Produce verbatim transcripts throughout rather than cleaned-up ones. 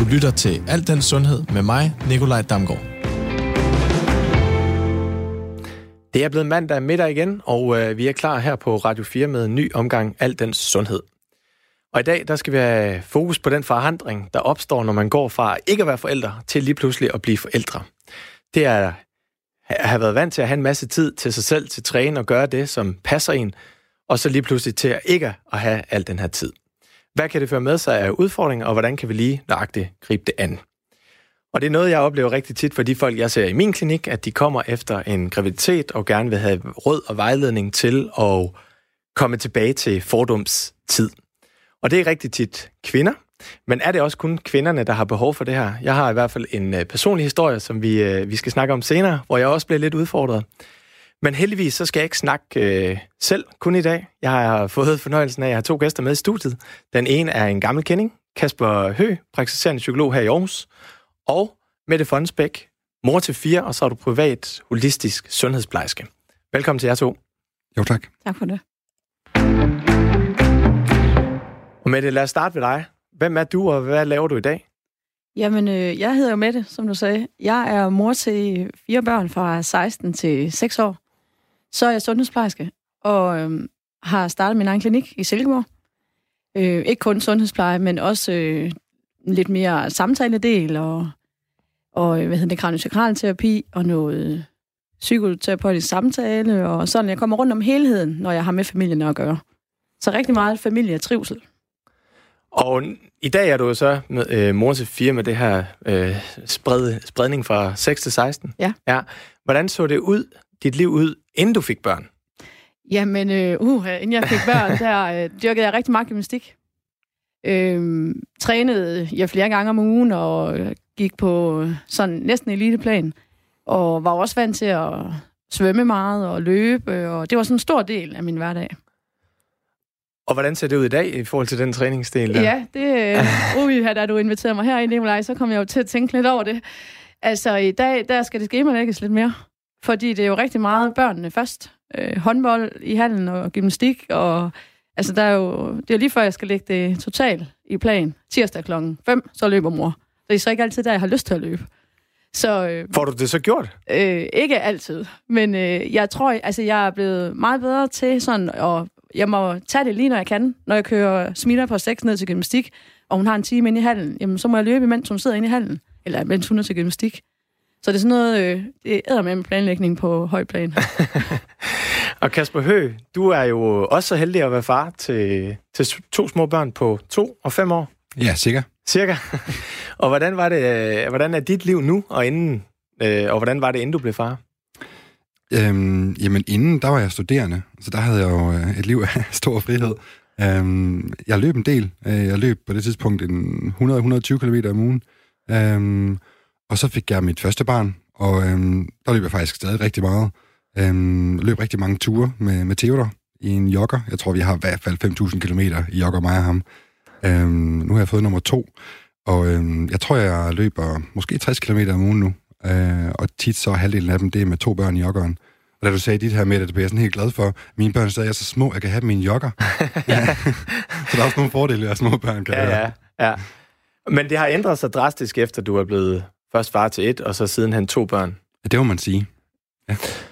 lytter til Al den Sundhed med mig, Nikolaj Damgaard. Det er blevet mandag middag igen, og øh, vi er klar her på Radio fire med en ny omgang Al den Sundhed. Og i dag, der skal vi have fokus på den forandring, der opstår, når man går fra ikke at være forældre til lige pludselig at blive forældre. Det er at have været vant til at have en masse tid til sig selv, til at træne og gøre det, som passer en, og så lige pludselig til at ikke at have al den her tid. Hvad kan det føre med sig af udfordringer, og hvordan kan vi lige nøjagtigt gribe det an? Og det er noget, jeg oplever rigtig tit for de folk, jeg ser i min klinik, at de kommer efter en graviditet og gerne vil have råd og vejledning til at komme tilbage til fordumstid. Og det er rigtig tit kvinder, men er det også kun kvinderne, der har behov for det her? Jeg har i hvert fald en personlig historie, som vi, vi skal snakke om senere, hvor jeg også bliver lidt udfordret. Men heldigvis så skal jeg ikke snakke øh, selv kun i dag. Jeg har fået fornøjelsen af, at jeg har to gæster med i studiet. Den ene er en gammel kending, Kasper Høgh, praktiserende psykolog her i Aarhus, og Mette Fonnesbæk, mor til fire, og så er du privat holistisk sundhedsplejerske. Velkommen til jer to. Jo, tak. Tak for det. Og Mette, lad os starte ved dig. Hvem er du, og hvad laver du i dag? Jamen, øh, jeg hedder jo Mette, som du sagde. Jeg er mor til fire børn fra seksten til seks år. Så er jeg sundhedsplejerske, og øh, har startet min egen klinik i Silkeborg. Øh, ikke kun sundhedspleje, men også øh, lidt mere samtaledel, og, og hvad hedder det, kraniosakralterapi, og noget psykoterapeutisk samtale, og sådan. Jeg kommer rundt om helheden, når jeg har med familien at gøre. Så rigtig meget familie og trivsel. Og i dag er du så med, øh, mor til fire med det her øh, spred, spredning fra seks til seksten. Ja. ja. Hvordan så det ud, dit liv ud, inden du fik børn? Jamen, øh, uh, inden jeg fik børn, der øh, dyrkede jeg rigtig meget gymnastik. Øh, trænede jeg flere gange om ugen, og gik på sådan næsten eliteplan. Og var også vant til at svømme meget og løbe, og det var sådan en stor del af min hverdag. Og hvordan ser det ud i dag i forhold til den træningsdel der? Ja, det uh, da du inviterede mig herind, Nikolaj, så kom jeg jo til at tænke lidt over det. Altså i dag, der skal det skemalægges lidt mere, fordi det er jo rigtig meget børnene først. Øh, håndbold i hallen og gymnastik, og altså der er jo, det er lige før jeg skal lægge det totalt i plan. Tirsdag klokken fem, så løber mor. Det er så ikke altid der, jeg har lyst til at løbe. Så, øh, får du det så gjort? Øh, ikke altid, men øh, jeg tror, altså jeg er blevet meget bedre til sådan, og jeg må tage det lige, når jeg kan. Når jeg kører Smilla på seks ned til gymnastik, og hun har en time inde i hallen, jamen så må jeg løbe, mens hun sidder inde i hallen. Eller mens hun er til gymnastik. Så det er sådan noget, øh, det æder med planlægning på høj plan. Og Kasper Høgh, du er jo også så heldig at være far til, til to små børn på to og fem år. Ja, cirka. Cirka. Og hvordan var det, hvordan er dit liv nu og inden, øh, og hvordan var det, inden du blev far? Øhm, jamen inden, der var jeg studerende, så der havde jeg jo et liv af stor frihed. Øhm, jeg løb en del. Jeg løb på det tidspunkt en hundrede til hundrede og tyve kilometer om ugen. Øhm, og så fik jeg mit første barn, og øhm, der løb jeg faktisk stadig rigtig meget. Øhm, løb rigtig mange ture med, med Theodor i en jogger. Jeg tror, vi har i hvert fald fem tusind kilometer i jogger, mig og ham. Øhm, nu har jeg fået nummer to, og øhm, jeg tror, jeg løber måske tres kilometer om ugen nu. Øh, og tit så halvdelen af dem, det er med to børn i joggeren. Og da du sagde dit her med, det bliver jeg sådan helt glad for. Mine børn stadig er så små, jeg kan have dem i en jogger. Ja. Så der er også nogle fordele, at små børn kan ja, have. Ja, ja. Men det har ændret sig drastisk, efter du er blevet først far til et, og så siden han to børn. Ja, det må man sige. Ja.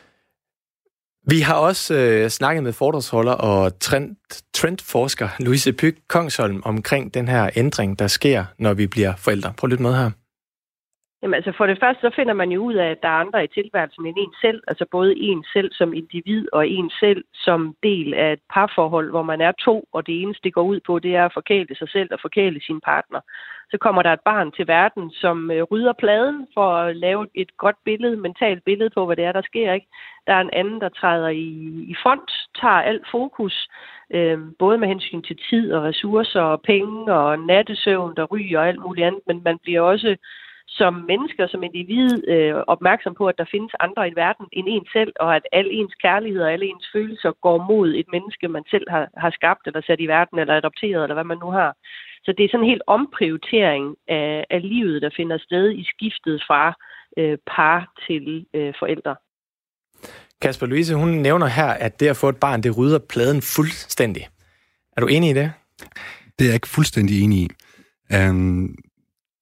Vi har også øh, snakket med foredragsholder og trend, trendforsker Louise Pyg Kongsholm omkring den her ændring, der sker, når vi bliver forældre. Prøv at lytte med her. Jamen altså for det første, så finder man jo ud af, at der er andre i tilværelsen end en selv. Altså både en selv som individ og en selv som del af et parforhold, hvor man er to, og det eneste, det går ud på, det er at forkæle sig selv og forkæle sin partner. Så kommer der et barn til verden, som øh, rydder pladen for at lave et godt billede, mentalt billede på, hvad det er, der sker. Ikke? Der er en anden, der træder i, i front, tager alt fokus, øh, både med hensyn til tid og ressourcer og penge og nattesøvn, der ryger og alt muligt andet, men man bliver også som mennesker, som individ, øh, opmærksom på, at der findes andre i verden end en selv, og at al ens kærlighed og alle ens følelser går mod et menneske, man selv har, har skabt, eller sat i verden, eller adopteret, eller hvad man nu har. Så det er sådan en helt omprioritering af, af livet, der finder sted i skiftet fra øh, par til øh, forældre. Kasper Louise, hun nævner her, at det at få et barn, det rydder pladen fuldstændig. Er du enig i det? Det er jeg ikke fuldstændig enig i. Um,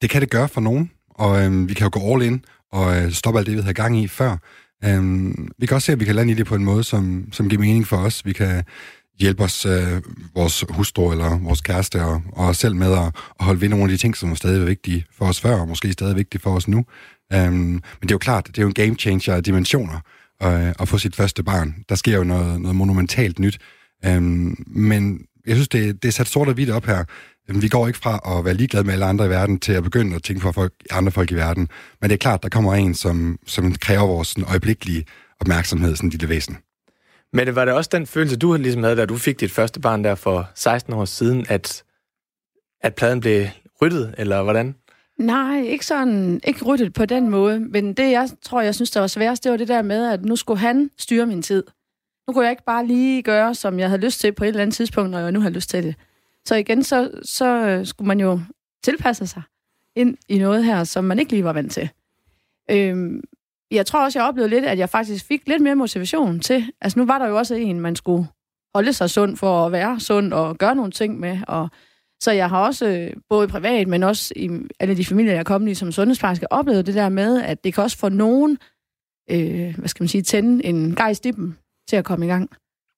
det kan det gøre for nogen, og øhm, vi kan jo gå all in og øh, stoppe alt det, vi havde gang i før. Øhm, vi kan også se, at vi kan lande i det på en måde, som, som giver mening for os. Vi kan hjælpe os, øh, vores hustru eller vores kæreste og, og os selv med at, at holde ved nogle af de ting, som er stadig vigtige for os før, og måske stadig vigtige for os nu. Øhm, men det er jo klart, det er jo en game changer af dimensioner at, at få sit første barn. Der sker jo noget, noget monumentalt nyt. Øhm, men jeg synes, det, det er sat sort og hvidt op her. Vi går ikke fra at være ligeglade med alle andre i verden til at begynde at tænke på folk, andre folk i verden. Men det er klart, der kommer en, som, som kræver vores sådan, øjeblikkelige opmærksomhed, sådan en lille væsen. Men det var det også den følelse, du ligesom havde, da du fik dit første barn der for seksten år siden, at, at pladen blev ryddet, eller hvordan? Nej, ikke sådan, ikke ryddet på den måde. Men det, jeg tror, jeg synes, der var sværest, det var det der med, at nu skulle han styre min tid. Nu kunne jeg ikke bare lige gøre, som jeg havde lyst til på et eller andet tidspunkt, når jeg nu har lyst til det. Så igen, så, så skulle man jo tilpasse sig ind i noget her, som man ikke lige var vant til. Øhm, jeg tror også, jeg oplevede lidt, at jeg faktisk fik lidt mere motivation til. Altså nu var der jo også en, man skulle holde sig sund for at være sund og gøre nogle ting med. Og så jeg har også, både privat, men også i alle de familier, jeg er kommet i som sundhedsplejerske, oplevet det der med, at det kan også få nogen, øh, hvad skal man sige, tænde en gejst i dem til at komme i gang.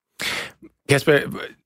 Kasper,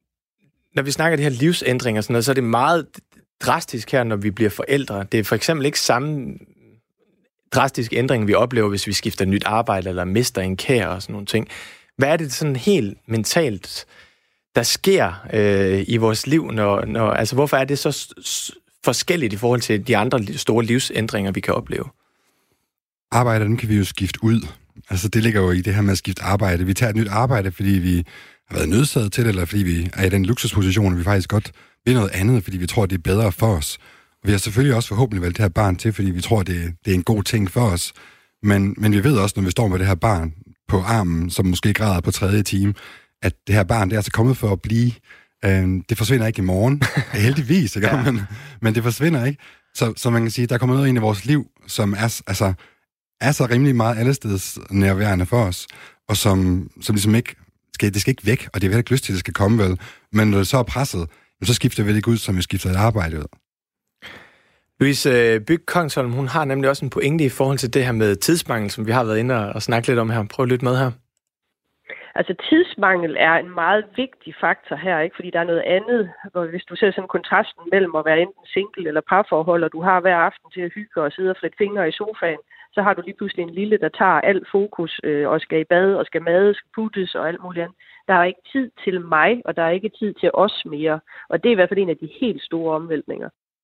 når vi snakker de her livsændringer og sådan noget, så er det meget drastisk her, når vi bliver forældre. Det er for eksempel ikke samme drastiske ændring, vi oplever, hvis vi skifter nyt arbejde eller mister en kær og sådan nogle ting. Hvad er det sådan helt mentalt, der sker øh, i vores liv? Når, når, altså, hvorfor er det så s- forskelligt i forhold til de andre store livsændringer, vi kan opleve? Arbejde, dem kan vi jo skifte ud. Altså, det ligger jo i det her med at skifte arbejde. Vi tager et nyt arbejde, fordi vi har været nødsaget til det, eller fordi vi er i den luksusposition, at vi faktisk godt vil noget andet, fordi vi tror, det er bedre for os. Og vi har selvfølgelig også forhåbentlig valgt det her barn til, fordi vi tror, det, det er en god ting for os. Men, men vi ved også, når vi står med det her barn på armen, som måske græder på tredje time, at det her barn, det er altså kommet for at blive. Øh, det forsvinder ikke i morgen. Heldigvis, ikke? Ja. Men, men det forsvinder ikke. Så, så man kan sige, der kommer noget ind i vores liv, som er, altså, er så rimelig meget allesteds nærværende for os, og som, som ligesom ikke skal, det skal ikke væk, og det er ikke lyst til, at det skal komme vel. Men når det så er presset, så skifter vi ikke ud, som vi skifter et arbejde ud. Louise Bygg Kongsholm, hun har nemlig også en pointe i forhold til det her med tidsmangel, som vi har været inde og snakke lidt om her. Prøv at lytte med her. Altså tidsmangel er en meget vigtig faktor her, ikke? Fordi der er noget andet, hvor hvis du ser sådan kontrasten mellem at være enten single eller parforhold, og du har hver aften til at hygge og sidde og flette fingre i sofaen, så har du lige pludselig en lille, der tager alt fokus øh, og skal i bad og skal made, skal puttes og alt muligt andet. Der er ikke tid til mig, og der er ikke tid til os mere. Og det er i hvert fald en af de helt store omvæltninger.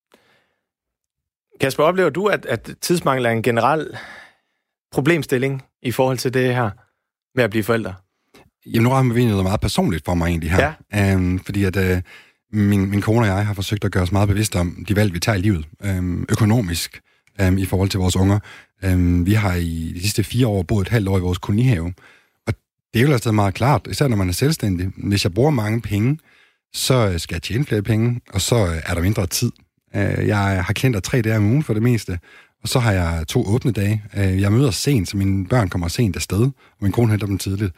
Kasper, oplever du, at, at tidsmangel er en generel problemstilling i forhold til det her med at blive forældre? Jamen, nu rammer vi noget meget personligt for mig egentlig her. Ja. Øhm, fordi at øh, min, min kone og jeg har forsøgt at gøre os meget bevidste om de valg, vi tager i livet. Øhm, økonomisk øhm, i forhold til vores unger. Øhm, vi har i de sidste fire år boet et halvt år i vores kolonihave. Og det er jo altså meget klart, især når man er selvstændig. Hvis jeg bruger mange penge, så skal jeg tjene flere penge, og så er der mindre tid. Jeg har klienter tre dage om ugen for det meste, og så har jeg to åbne dage. Jeg møder sent, så mine børn kommer sent afsted, og min kone henter dem tidligt.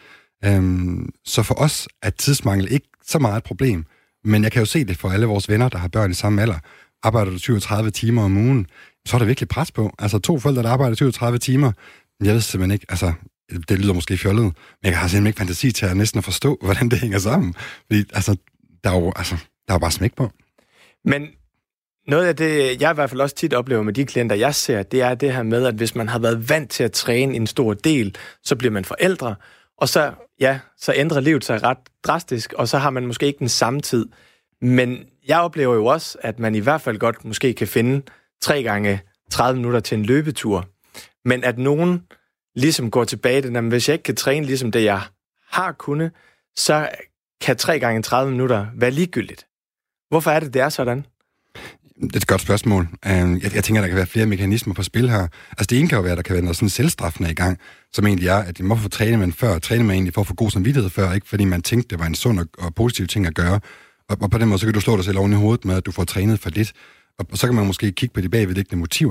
Så for os er tidsmangel ikke så meget et problem, men jeg kan jo se det for alle vores venner, der har børn i samme alder. Arbejder du syvogtredive timer om ugen, så er der virkelig pres på. Altså to forældre, der arbejder syvogtredive timer, jeg ved simpelthen ikke, altså det lyder måske fjollet, men jeg har simpelthen ikke fantasi til at næsten at forstå, hvordan det hænger sammen. Fordi altså, der er jo, altså, der er jo bare smæk på. Men noget af det, jeg i hvert fald også tit oplever med de klienter, jeg ser, det er det her med, at hvis man har været vant til at træne en stor del, så bliver man forældre, og så, ja, så ændrer livet sig ret drastisk, og så har man måske ikke den samme tid. Men jeg oplever jo også, at man i hvert fald godt måske kan finde tre gange tredive minutter til en løbetur, men at nogen ligesom går tilbage til, at hvis jeg ikke kan træne ligesom det, jeg har kunnet, så kan tre gange tredive minutter være ligegyldigt. Hvorfor er det, det er sådan? Det er et godt spørgsmål. Jeg, jeg tænker, der kan være flere mekanismer på spil her. Altså det ene kan jo være, at der kan være noget sådan selvstraffende i gang, som egentlig er, at man må få træne man før, træne man egentlig for at få god samvittighed før, ikke fordi man tænkte, det var en sund og, og positiv ting at gøre. Og, og på den måde, så kan du slå dig selv oven i hovedet med, at du får trænet for lidt. Og, og så kan man måske kigge på de bagvedliggende motiver.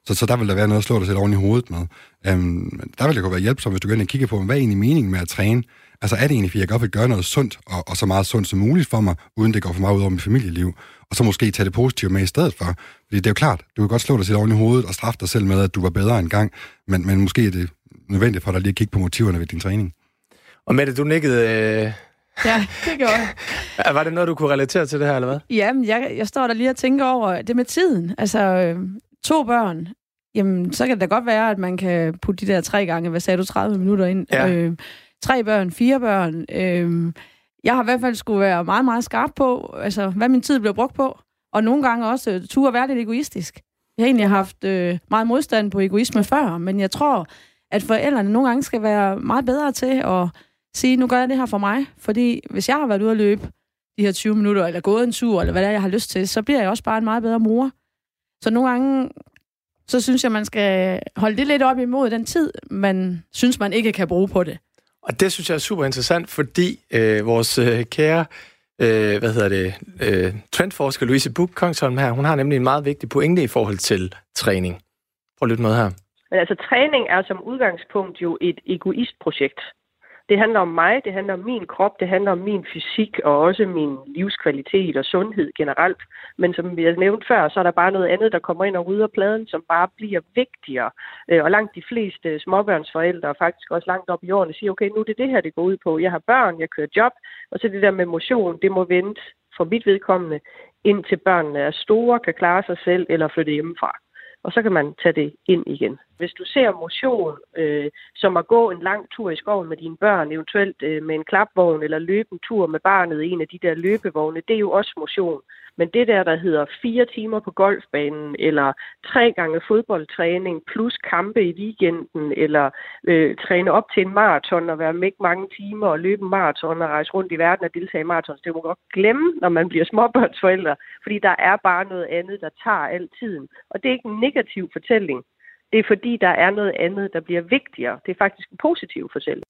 Så, så der vil der være noget at slå dig selv oven i hovedet med. Um, der vil det kunne være hjælpsomt, hvis du går ind og kigger på, hvad er egentlig meningen med at træne? Altså er det egentlig, fordi jeg godt vil gøre noget sundt, og, og så meget sundt som muligt for mig, uden det går for meget ud over mit familieliv, og så måske tage det positive med i stedet for. Fordi det er jo klart, du kan godt slå dig selv oven i hovedet og straffe dig selv med, at du var bedre engang, men, men måske er det nødvendigt for dig lige at kigge på motiverne ved din træning. Og Mette, du nikkede... Øh... Ja, det gjorde jeg. Var det noget, du kunne relatere til det her, eller hvad? Jamen, jeg, jeg står der lige og tænker over det med tiden. Altså, øh, to børn, jamen, så kan det da godt være, at man kan putte de der tre gange, hvad sagde du, tredive minutter ind. Ja. Øh, tre børn, fire børn. Øh, jeg har i hvert fald skulle være meget, meget skarp på, altså, hvad min tid bliver brugt på. Og nogle gange også øh, turde være lidt egoistisk. Jeg har egentlig haft øh, meget modstand på egoisme før, men jeg tror, at forældrene nogle gange skal være meget bedre til at sige, nu gør jeg det her for mig. Fordi hvis jeg har været ude at løbe de her tyve minutter, eller gået en tur, eller hvad det er, jeg har lyst til, så bliver jeg også bare en meget bedre mor. Så nogle gange, så synes jeg, man skal holde det lidt op imod den tid, man synes, man ikke kan bruge på det. Og det synes jeg er super interessant, fordi øh, vores øh, kære, øh, hvad hedder det, øh, trendforsker Louise Buch Kongsholm her, hun har nemlig en meget vigtig pointe i forhold til træning. Prøv at lytte med her. Men altså, træning er som udgangspunkt jo et egoistprojekt. Det handler om mig, det handler om min krop, det handler om min fysik og også min livskvalitet og sundhed generelt. Men som vi har nævnt før, så er der bare noget andet, der kommer ind og rydder pladen, som bare bliver vigtigere. Og langt de fleste småbørnsforældre, og faktisk også langt op i årene, siger, okay, nu er det det her, det går ud på. Jeg har børn, jeg kører job, og så det der med motion, det må vente for mit vedkommende, indtil børnene er store, kan klare sig selv eller flytte hjemmefra. Og så kan man tage det ind igen. Hvis du ser motion, øh, som at gå en lang tur i skoven med dine børn, eventuelt øh, med en klapvogn eller løbe en tur med barnet i en af de der løbevogne, det er jo også motion. Men det der, der hedder fire timer på golfbanen, eller tre gange fodboldtræning, plus kampe i weekenden, eller øh, træne op til en maraton og være med mange timer og løbe en maraton og rejse rundt i verden og deltage i maratons, det må man godt glemme, når man bliver småbørnsforældre, fordi der er bare noget andet, der tager al tiden. Og det er ikke en negativ fortælling. Det er fordi, der er noget andet, der bliver vigtigere. Det er faktisk en positiv fortælling.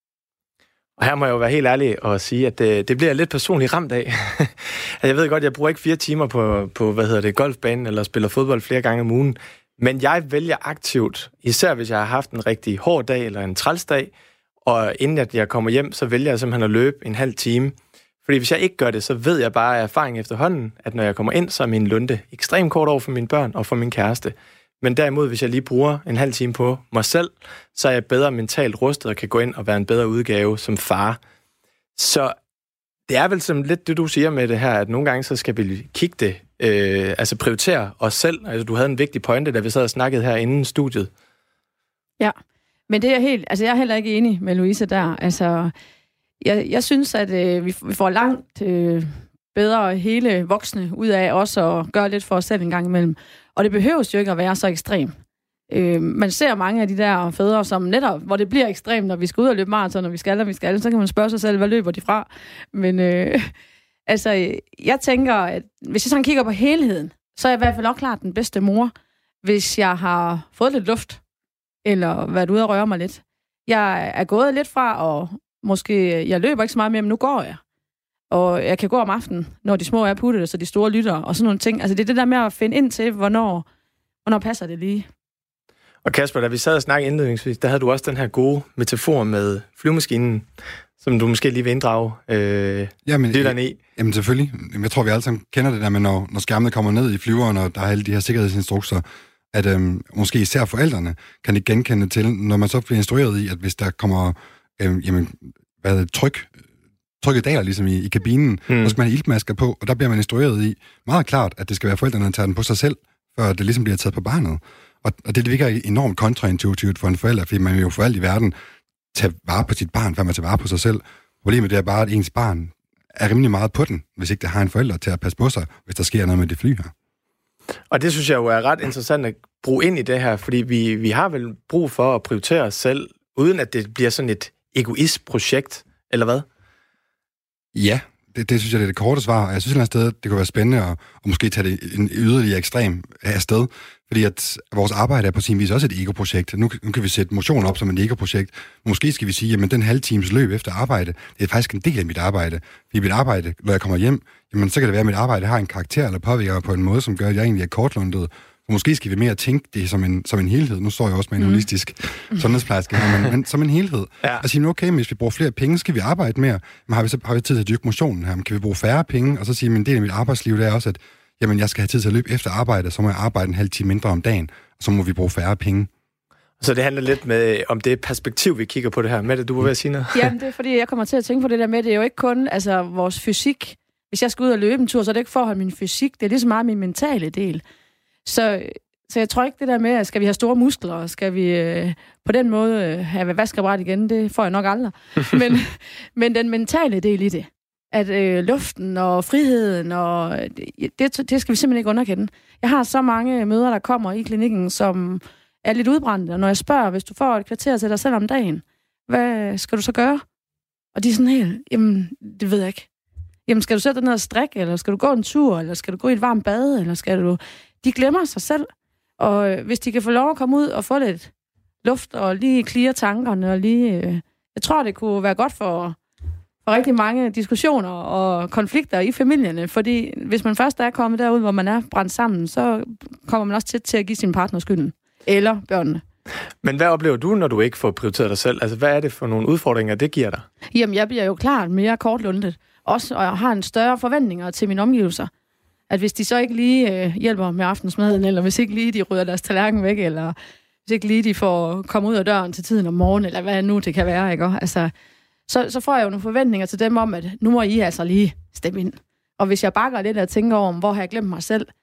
Og her må jeg jo være helt ærlig og sige, at det, det bliver jeg lidt personligt ramt af. Jeg ved godt, jeg bruger ikke fire timer på, på hvad hedder det, golfbanen eller spiller fodbold flere gange om ugen. Men jeg vælger aktivt, især hvis jeg har haft en rigtig hård dag eller en trælsdag, og inden at jeg kommer hjem, så vælger jeg simpelthen at løbe en halv time. Fordi hvis jeg ikke gør det, så ved jeg bare af erfaring efterhånden, at når jeg kommer ind, så er min lunte ekstremt kort over for mine børn og for min kæreste. Men derimod, hvis jeg lige bruger en halv time på mig selv, så er jeg bedre mentalt rustet og kan gå ind og være en bedre udgave som far. Så det er vel som lidt det, du siger med det her, at nogle gange så skal vi kigge det, øh, altså prioritere os selv. Altså, du havde en vigtig pointe, da vi sad og snakkede her inden studiet. Ja, men det er helt, altså jeg er heller ikke enig med Louise der. Altså, jeg, jeg synes, at øh, vi, vi får langt øh, bedre hele voksne ud af også at gøre lidt for os selv en gang imellem. Og det behøves jo ikke at være så ekstrem. Øh, man ser mange af de der fædre, som netop, hvor det bliver ekstremt, når vi skal ud og løbe maraton, når vi skal, og vi skal, så kan man spørge sig selv, hvad løber de fra? Men øh, altså, jeg tænker, at hvis jeg sådan kigger på helheden, så er jeg i hvert fald også klart den bedste mor, hvis jeg har fået lidt luft, eller været ude og røre mig lidt. Jeg er gået lidt fra, og måske, jeg løber ikke så meget mere, men nu går jeg. Og jeg kan gå om aftenen, når de små er puttet, så de store lytter, og sådan nogle ting. Altså det er det der med at finde ind til, hvornår, hvornår passer det lige. Og Kasper, da vi sad og snakkede indledningsvis, der havde du også den her gode metafor med flyvemaskinen, som du måske lige vil inddrage øh, jamen, lytterne i. Jamen selvfølgelig. Jeg tror, vi alle sammen kender det der med, når, når skærmene kommer ned i flyveren, og der er alle de her sikkerhedsinstrukser, at øhm, måske især forældrene kan ikke genkende til, når man så bliver instrueret i, at hvis der kommer øhm, jamen, hvad er det, tryk, trykket daler ligesom i, i kabinen, hmm. så skal man have iltmasker på, og der bliver man instrueret i meget klart, at det skal være forældrene, der tager den på sig selv, før det ligesom bliver taget på barnet. Og, og det virker enormt kontraintuitivt for en forælder, fordi man vil jo for alt i verden tage vare på sit barn, før man tager vare på sig selv. Problemet det er bare, at ens barn er rimelig meget på den, hvis ikke der har en forælder til at passe på sig, hvis der sker noget med det fly her. Og det synes jeg jo er ret interessant at bruge ind i det her, fordi vi, vi har vel brug for at prioritere os selv, uden at det bliver sådan et egoistprojekt, eller hvad? Ja, det, det synes jeg, det er det korte svar. Jeg synes et eller andet sted, det kunne være spændende at, at måske tage det en yderligere ekstrem afsted, fordi at vores arbejde er på sin vis også et ego-projekt. Nu, nu kan vi sætte motion op som et ego-projekt. Måske skal vi sige, jamen den halve times løb efter arbejde, det er faktisk en del af mit arbejde. Fordi mit arbejde, når jeg kommer hjem, jamen så kan det være, at mit arbejde har en karakter eller påvirker på en måde, som gør, at jeg egentlig er kortlundet Så måske skal vi mere tænke det som en, som en helhed. Nu står jeg også med en mm. holistisk sundhedsplejerske her, men, men som en helhed. Ja. Og sige, okay, hvis vi bruger flere penge, skal vi arbejde mere. Men har vi, så, har vi tid til at dyrke motionen her? Men kan vi bruge færre penge? Og så sige, at en del af mit arbejdsliv, det er også, at jamen, jeg skal have tid til at løbe efter arbejde, så må jeg arbejde en halv time mindre om dagen, og så må vi bruge færre penge. Så det handler lidt med, om det perspektiv, vi kigger på det her. Mette, du var ved at sige noget? Jamen, det er fordi, jeg kommer til at tænke på det der med, det er jo ikke kun altså, vores fysik. Hvis jeg skal ud og løbe en tur, så er det ikke for at holde min fysik. Det er lige så meget min mentale del. Så, så jeg tror ikke det der med, at skal vi have store muskler, og skal vi øh, på den måde øh, have vaskebræt igen, det får jeg nok aldrig. men, men den mentale del i det, at øh, luften og friheden, og det, det skal vi simpelthen ikke underkende. Jeg har så mange mødre, der kommer i klinikken, som er lidt udbrændte, og når jeg spørger, hvis du får et kvarter til dig selv om dagen, hvad skal du så gøre? Og de er sådan helt, jamen, det ved jeg ikke. Jamen, skal du sætte dig ned og strikke, eller skal du gå en tur, eller skal du gå i et varmt bad, eller skal du... De glemmer sig selv, og hvis de kan få lov at komme ud og få lidt luft, og lige clear tankerne, og lige... Øh, jeg tror, det kunne være godt for, for rigtig mange diskussioner og konflikter i familierne, fordi hvis man først er kommet derud, hvor man er brændt sammen, så kommer man også til, til at give sin partner skylden. Eller børnene. Men hvad oplever du, når du ikke får prioriteret dig selv? Altså, hvad er det for nogle udfordringer, det giver dig? Jamen, jeg bliver jo klart mere kortlundet. Også, og jeg har en større forventninger til mine omgivelser. At hvis de så ikke lige øh, hjælper med aftensmaden, eller hvis ikke lige de rydder deres tallerken væk, eller hvis ikke lige de får komme ud af døren til tiden om morgenen, eller hvad nu det kan være, ikke? Altså, så, så får jeg jo nogle forventninger til dem om, at nu må I altså lige steppe ind. Og hvis jeg bakker lidt og tænker over, hvor har jeg glemt mig selv,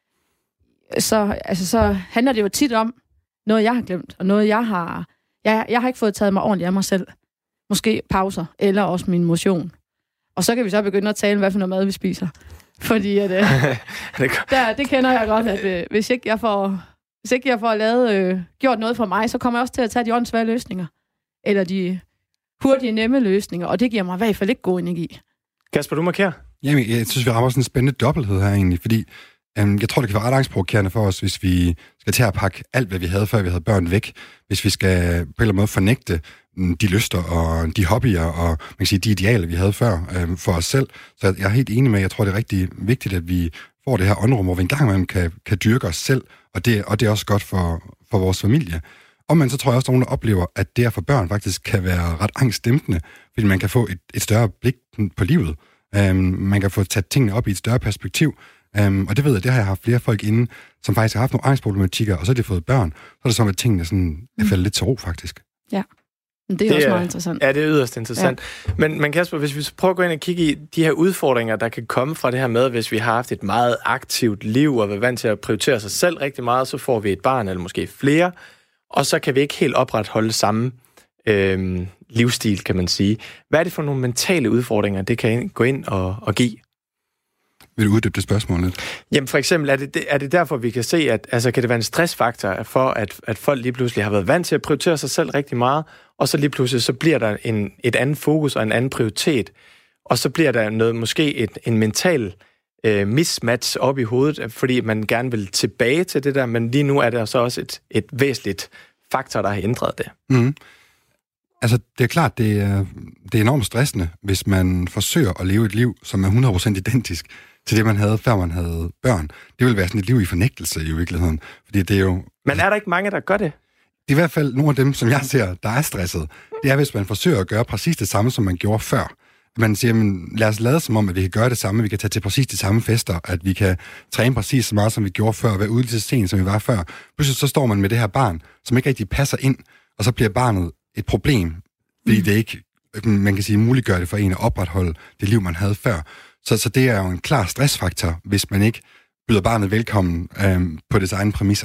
så, altså, så handler det jo tit om, noget, jeg har glemt, og noget, jeg har... Jeg, jeg har ikke fået taget mig ordentligt af mig selv. Måske pauser, eller også min motion. Og så kan vi så begynde at tale, hvad for noget mad vi spiser. Fordi at, øh, der, det kender jeg godt, at øh, hvis ikke jeg får, hvis ikke jeg får lavet, øh, gjort noget for mig, så kommer jeg også til at tage de åndssvage løsninger. Eller de hurtige, nemme løsninger, og det giver mig i hvert fald ikke god energi. Kasper, du markerer? Jamen, jeg synes, vi rammer sådan en spændende dobbelthed her egentlig, fordi jeg tror, det kan være ret angstprovokerende for os, hvis vi skal til at pakke alt, hvad vi havde, før vi havde børn væk. Hvis vi skal på en eller anden måde fornægte de lyster og de hobbyer og man kan sige, de idealer, vi havde før øh, for os selv. Så jeg er helt enig med, jeg tror, det er rigtig vigtigt, at vi får det her åndrum, hvor vi engang imellem kan, kan dyrke os selv, og det, og det er også godt for, for vores familie. Og men så tror jeg også, at nogen, der oplever, at det at få børn faktisk kan være ret angstdæmpende, fordi man kan få et, et større blik på livet. Um, man kan få taget tingene op i et større perspektiv. Um, og det ved jeg, det har jeg haft flere folk inde, som faktisk har haft nogle angstproblematikker, og så har de fået børn. Så er det som, at tingene sådan, er faldet lidt til ro, faktisk. Ja, det er det også er, meget interessant. Ja, det er yderst interessant. Ja. Men, men Kasper, hvis vi så prøver at gå ind og kigge i de her udfordringer, der kan komme fra det her med, hvis vi har haft et meget aktivt liv, og er vant til at prioritere sig selv rigtig meget, så får vi et barn, eller måske flere, og så kan vi ikke helt opretholde samme øh, livsstil, kan man sige. Hvad er det for nogle mentale udfordringer, det kan gå ind og, og give? Vil du uddybe det spørgsmål lidt? Jamen for eksempel, er det, er det derfor, vi kan se, at altså, kan det være en stressfaktor for, at, at folk lige pludselig har været vant til at prioritere sig selv rigtig meget, og så lige pludselig så bliver der en, et andet fokus og en anden prioritet, og så bliver der noget, måske et, en mental øh, mismatch op i hovedet, fordi man gerne vil tilbage til det der, men lige nu er der så også et, et væsentligt faktor, der har ændret det. Mm. Altså, det er klart, det er, det er enormt stressende, hvis man forsøger at leve et liv, som er hundrede procent identisk til det, man havde, før man havde børn. Det vil være sådan et liv i fornægtelse i virkeligheden. Fordi det er jo... Men er der ikke mange, der gør det? Det er i hvert fald nogle af dem, som jeg ser, der er stresset. Det er, hvis man forsøger at gøre præcis det samme, som man gjorde før. Man siger, men lad os lade som om, at vi kan gøre det samme, vi kan tage til præcis de samme fester, at vi kan træne præcis så meget, som vi gjorde før, være ude til sent, som vi var før. Pludselig så står man med det her barn, som ikke rigtig passer ind, og så bliver barnet et problem, fordi mm. det ikke, man kan sige, muliggør det for en at opretholde det liv, man havde før. Så, så det er jo en klar stressfaktor, hvis man ikke byder barnet velkommen øhm, på dets egne præmisser.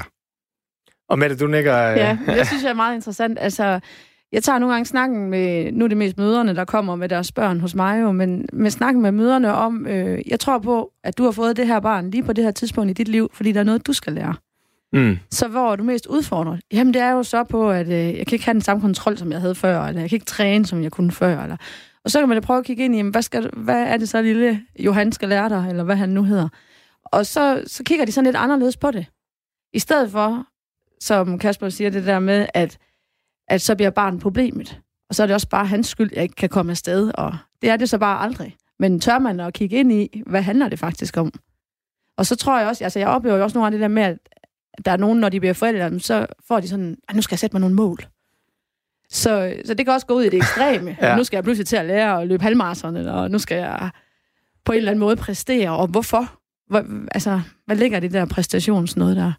Og Mette, du nikker... Øh... Ja, det synes jeg er meget interessant. Altså, jeg tager nogle gange snakken med, nu er det mest mødrene, der kommer med deres børn hos mig jo, men med snakken med mødrene om, øh, jeg tror på, at du har fået det her barn lige på det her tidspunkt i dit liv, fordi der er noget, du skal lære. Mm. Så hvor er du mest udfordret? Jamen, det er jo så på, at øh, jeg kan ikke have den samme kontrol, som jeg havde før, eller jeg kan ikke træne, som jeg kunne før, eller... Og så kan man da prøve at kigge ind i, hvad, skal, hvad er det så, lille Johan skal lære dig, eller hvad han nu hedder. Og så, så kigger de sådan lidt anderledes på det. I stedet for, som Kasper siger, det der med, at, at så bliver barnet problemet. Og så er det også bare hans skyld, jeg ikke kan komme afsted. Og det er det så bare aldrig. Men tør man at kigge ind i, hvad handler det faktisk om? Og så tror jeg også, altså jeg oplever jo også nogle af det der med, at, der er nogen, når de bliver forældre, så får de sådan, nu skal jeg sætte mig nogle mål. Så, så det kan også gå ud i det ekstreme. Ja. Nu skal jeg pludselig til at lære at løbe halvmarathon, eller nu skal jeg på en eller anden måde præstere. Og hvorfor? Hvor, altså, hvad ligger det der præstationsnød der?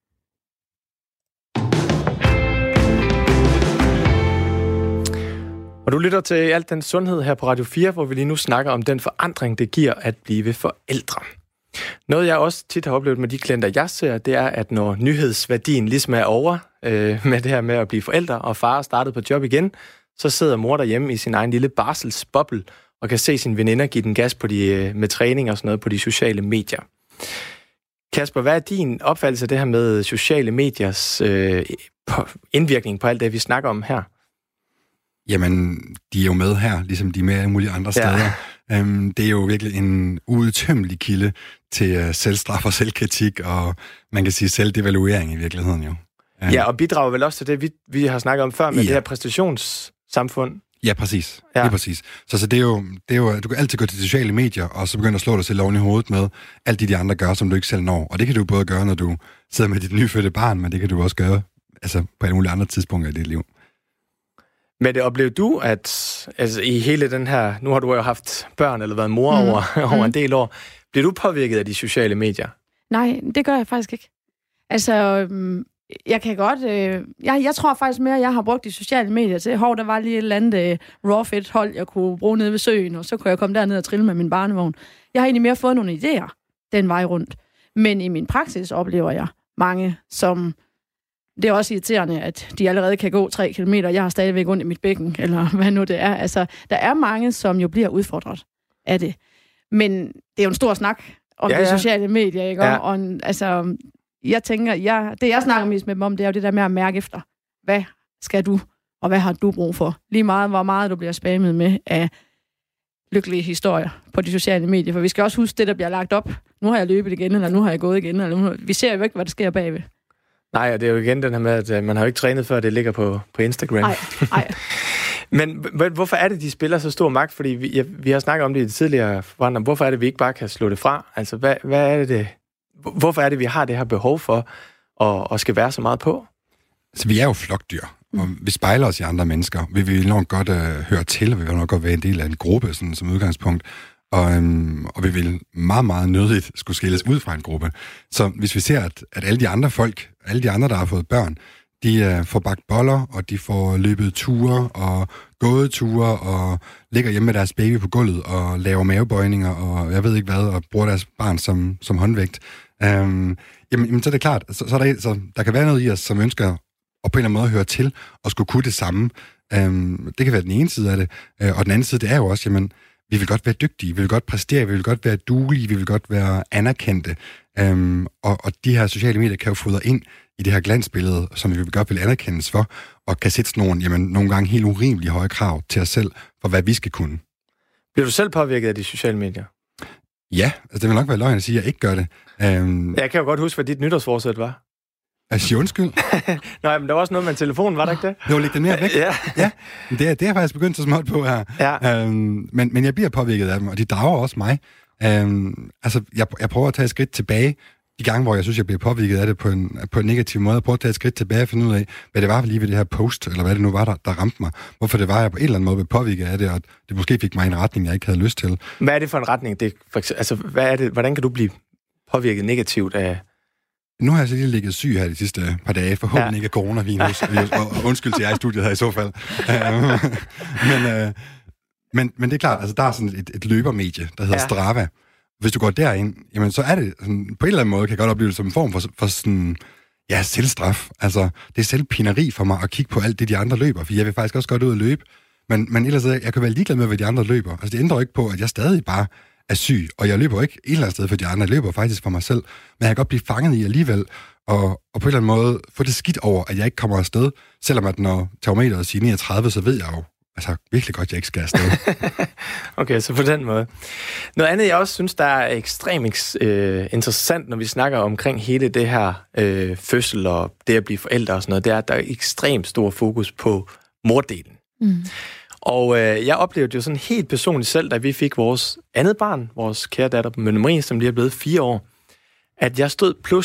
Og du lytter til Alt den Sundhed her på Radio fire, hvor vi lige nu snakker om den forandring, det giver at blive forældre. Noget, jeg også tit har oplevet med de klienter, jeg ser, det er, at når nyhedsværdien ligesom er over øh, med det her med at blive forældre, og far er startet på job igen, så sidder mor derhjemme i sin egen lille barselsboble og kan se sine veninder give den gas på de, med træning og sådan noget på de sociale medier. Kasper, hvad er din opfattelse af det her med sociale mediers øh, indvirkning på alt det, vi snakker om her? Jamen, de er jo med her, ligesom de er med alle mulige andre steder. Ja. Um, det er jo virkelig en uudtømmelig kilde til uh, selvstraf og selvkritik, og man kan sige selvdevaluering i virkeligheden jo. Um, ja, og bidrager vel også til det, vi, vi har snakket om før med ja. det her præstationssamfund. Ja, præcis. Ja. Det er præcis. Så, så det, er jo, det er jo, du kan altid gå til de sociale medier, og så begynde at slå dig selv oven i hovedet med alt det, de andre gør, som du ikke selv når. Og det kan du både gøre, når du sidder med dit nyfødte barn, men det kan du også gøre altså, på alle mulige andre tidspunkter i dit liv. Men det oplevede du, at altså, i hele den her... Nu har du jo haft børn, eller været mor mm. over, over mm. en del år. Bliver du påvirket af de sociale medier? Nej, det gør jeg faktisk ikke. Altså, jeg kan godt... Øh, jeg, jeg tror faktisk mere, at jeg har brugt de sociale medier til, hov, der var lige et eller andet uh, raw fit hold, jeg kunne bruge nede ved søen, og så kunne jeg komme derned og trille med min barnevogn. Jeg har egentlig mere fået nogle idéer den vej rundt. Men i min praksis oplever jeg mange, som... Det er også irriterende, at de allerede kan gå tre kilometer. Jeg har stadigvæk ondt i mit bækken, eller hvad nu det er. Altså, der er mange, som jo bliver udfordret af det. Men det er jo en stor snak om ja, ja. de sociale medier, ikke? Ja. Og, altså, jeg tænker, jeg, det jeg snakker mest med dem om, det er jo det der med at mærke efter. Hvad skal du, og hvad har du brug for? Lige meget, hvor meget du bliver spammet med af lykkelige historier på de sociale medier. For vi skal også huske det, der bliver lagt op. Nu har jeg løbet igen, eller nu har jeg gået igen. Eller nu, vi ser jo ikke, hvad der sker bagved. Nej, og det er jo igen den her med, at man har jo ikke trænet før, det ligger på, på Instagram. Nej, nej. Men hvorfor er det, de spiller så stor magt? Fordi vi, ja, vi har snakket om det i det tidligere forandring. Hvorfor er det, vi ikke bare kan slå det fra? Altså, hvad, hvad er det, hvorfor er det, vi har det her behov for at, at skal være så meget på? Så vi er jo flokdyr, og vi spejler os i andre mennesker. Vi vil nok godt uh, høre til, og vi vil nok godt være en del af en gruppe sådan, som udgangspunkt. Og, øhm, og vi vil meget, meget nødigt skulle skilles ud fra en gruppe. Så hvis vi ser, at, at alle de andre folk, alle de andre, der har fået børn, de øh, får bagt boller, og de får løbet ture og gået ture, og ligger hjemme med deres baby på gulvet, og laver mavebøjninger, og jeg ved ikke hvad, og bruger deres barn som, som håndvægt, øhm, jamen, jamen så er det klart, så, så, er der, så der kan være noget i os, som ønsker at på en eller anden måde høre til, og skulle kunne det samme. Øhm, det kan være den ene side af det, øh, og den anden side, det er jo også, jamen, vi vil godt være dygtige, vi vil godt præstere, vi vil godt være duelige, vi vil godt være anerkendte. Øhm, og, og de her sociale medier kan jo fodre ind i det her glansbillede, som vi godt vil anerkendes for, og kan sætte sådan nogle, jamen, nogle gange helt urimelige høje krav til os selv, for hvad vi skal kunne. Bliver du selv påvirket af de sociale medier? Ja, altså det vil nok være løgn at sige, at jeg ikke gør det. Øhm, jeg kan jo godt huske, hvad dit nytårsforsæt var. Altså, undskyld. Nej, men der var også noget med en telefon, var der ikke det? Jo, læg det mere væk. Ja. Ja, det er, det er faktisk begyndt så småt på her. Ja. Øhm, men, men jeg bliver påvirket af dem, og de drager også mig. Øhm, altså, jeg, jeg prøver at tage et skridt tilbage, de gange, hvor jeg synes, jeg bliver påvirket af det på en, på en negativ måde. Jeg prøver at tage et skridt tilbage og finde ud af, hvad det var lige ved det her post, eller hvad det nu var, der, der ramte mig. Hvorfor det var, jeg på en eller anden måde blev påvirket af det, og det måske fik mig i en retning, jeg ikke havde lyst til. Hvad er det for en retning? Det, for eksempel, altså, hvad er det, hvordan kan du blive påvirket negativt af... Nu har jeg så lige ligget syg her de sidste par dage. Forhåbentlig ja. ikke af coronavirus. Og undskyld til jer i studiet her i så fald. men, uh, men, men det er klart, altså der er sådan et, et løbermedie, der hedder ja. Strava. Hvis du går derind, jamen så er det sådan, på en eller anden måde, kan jeg godt opleve det som en form for, for sådan, ja, selvstraf. Altså, det er selvpineri for mig at kigge på alt det, de andre løber, for jeg vil faktisk også godt ud og løbe. Men, men ellers, jeg kan være ligeglad med, hvad de andre løber. Altså, det ændrer ikke på, at jeg stadig bare er syg, og jeg løber ikke et eller andet sted for de andre, jeg løber faktisk for mig selv, men jeg kan godt blive fanget i alligevel, og, og på en eller anden måde få det skidt over, at jeg ikke kommer afsted, selvom at når termometeret siger niogtredive, så ved jeg jo altså virkelig godt, at jeg ikke skal afsted. Okay, så på den måde. Noget andet, jeg også synes, der er ekstremt øh, interessant, når vi snakker omkring hele det her øh, fødsel og det at blive forældre og sådan noget, det er, at der er ekstremt stor fokus på mordelen. Mm. Og øh, jeg oplevede jo sådan helt personligt selv, da vi fik vores andet barn, vores kære datter Mønne Marie, som lige er blevet fire år, at jeg stod pludselig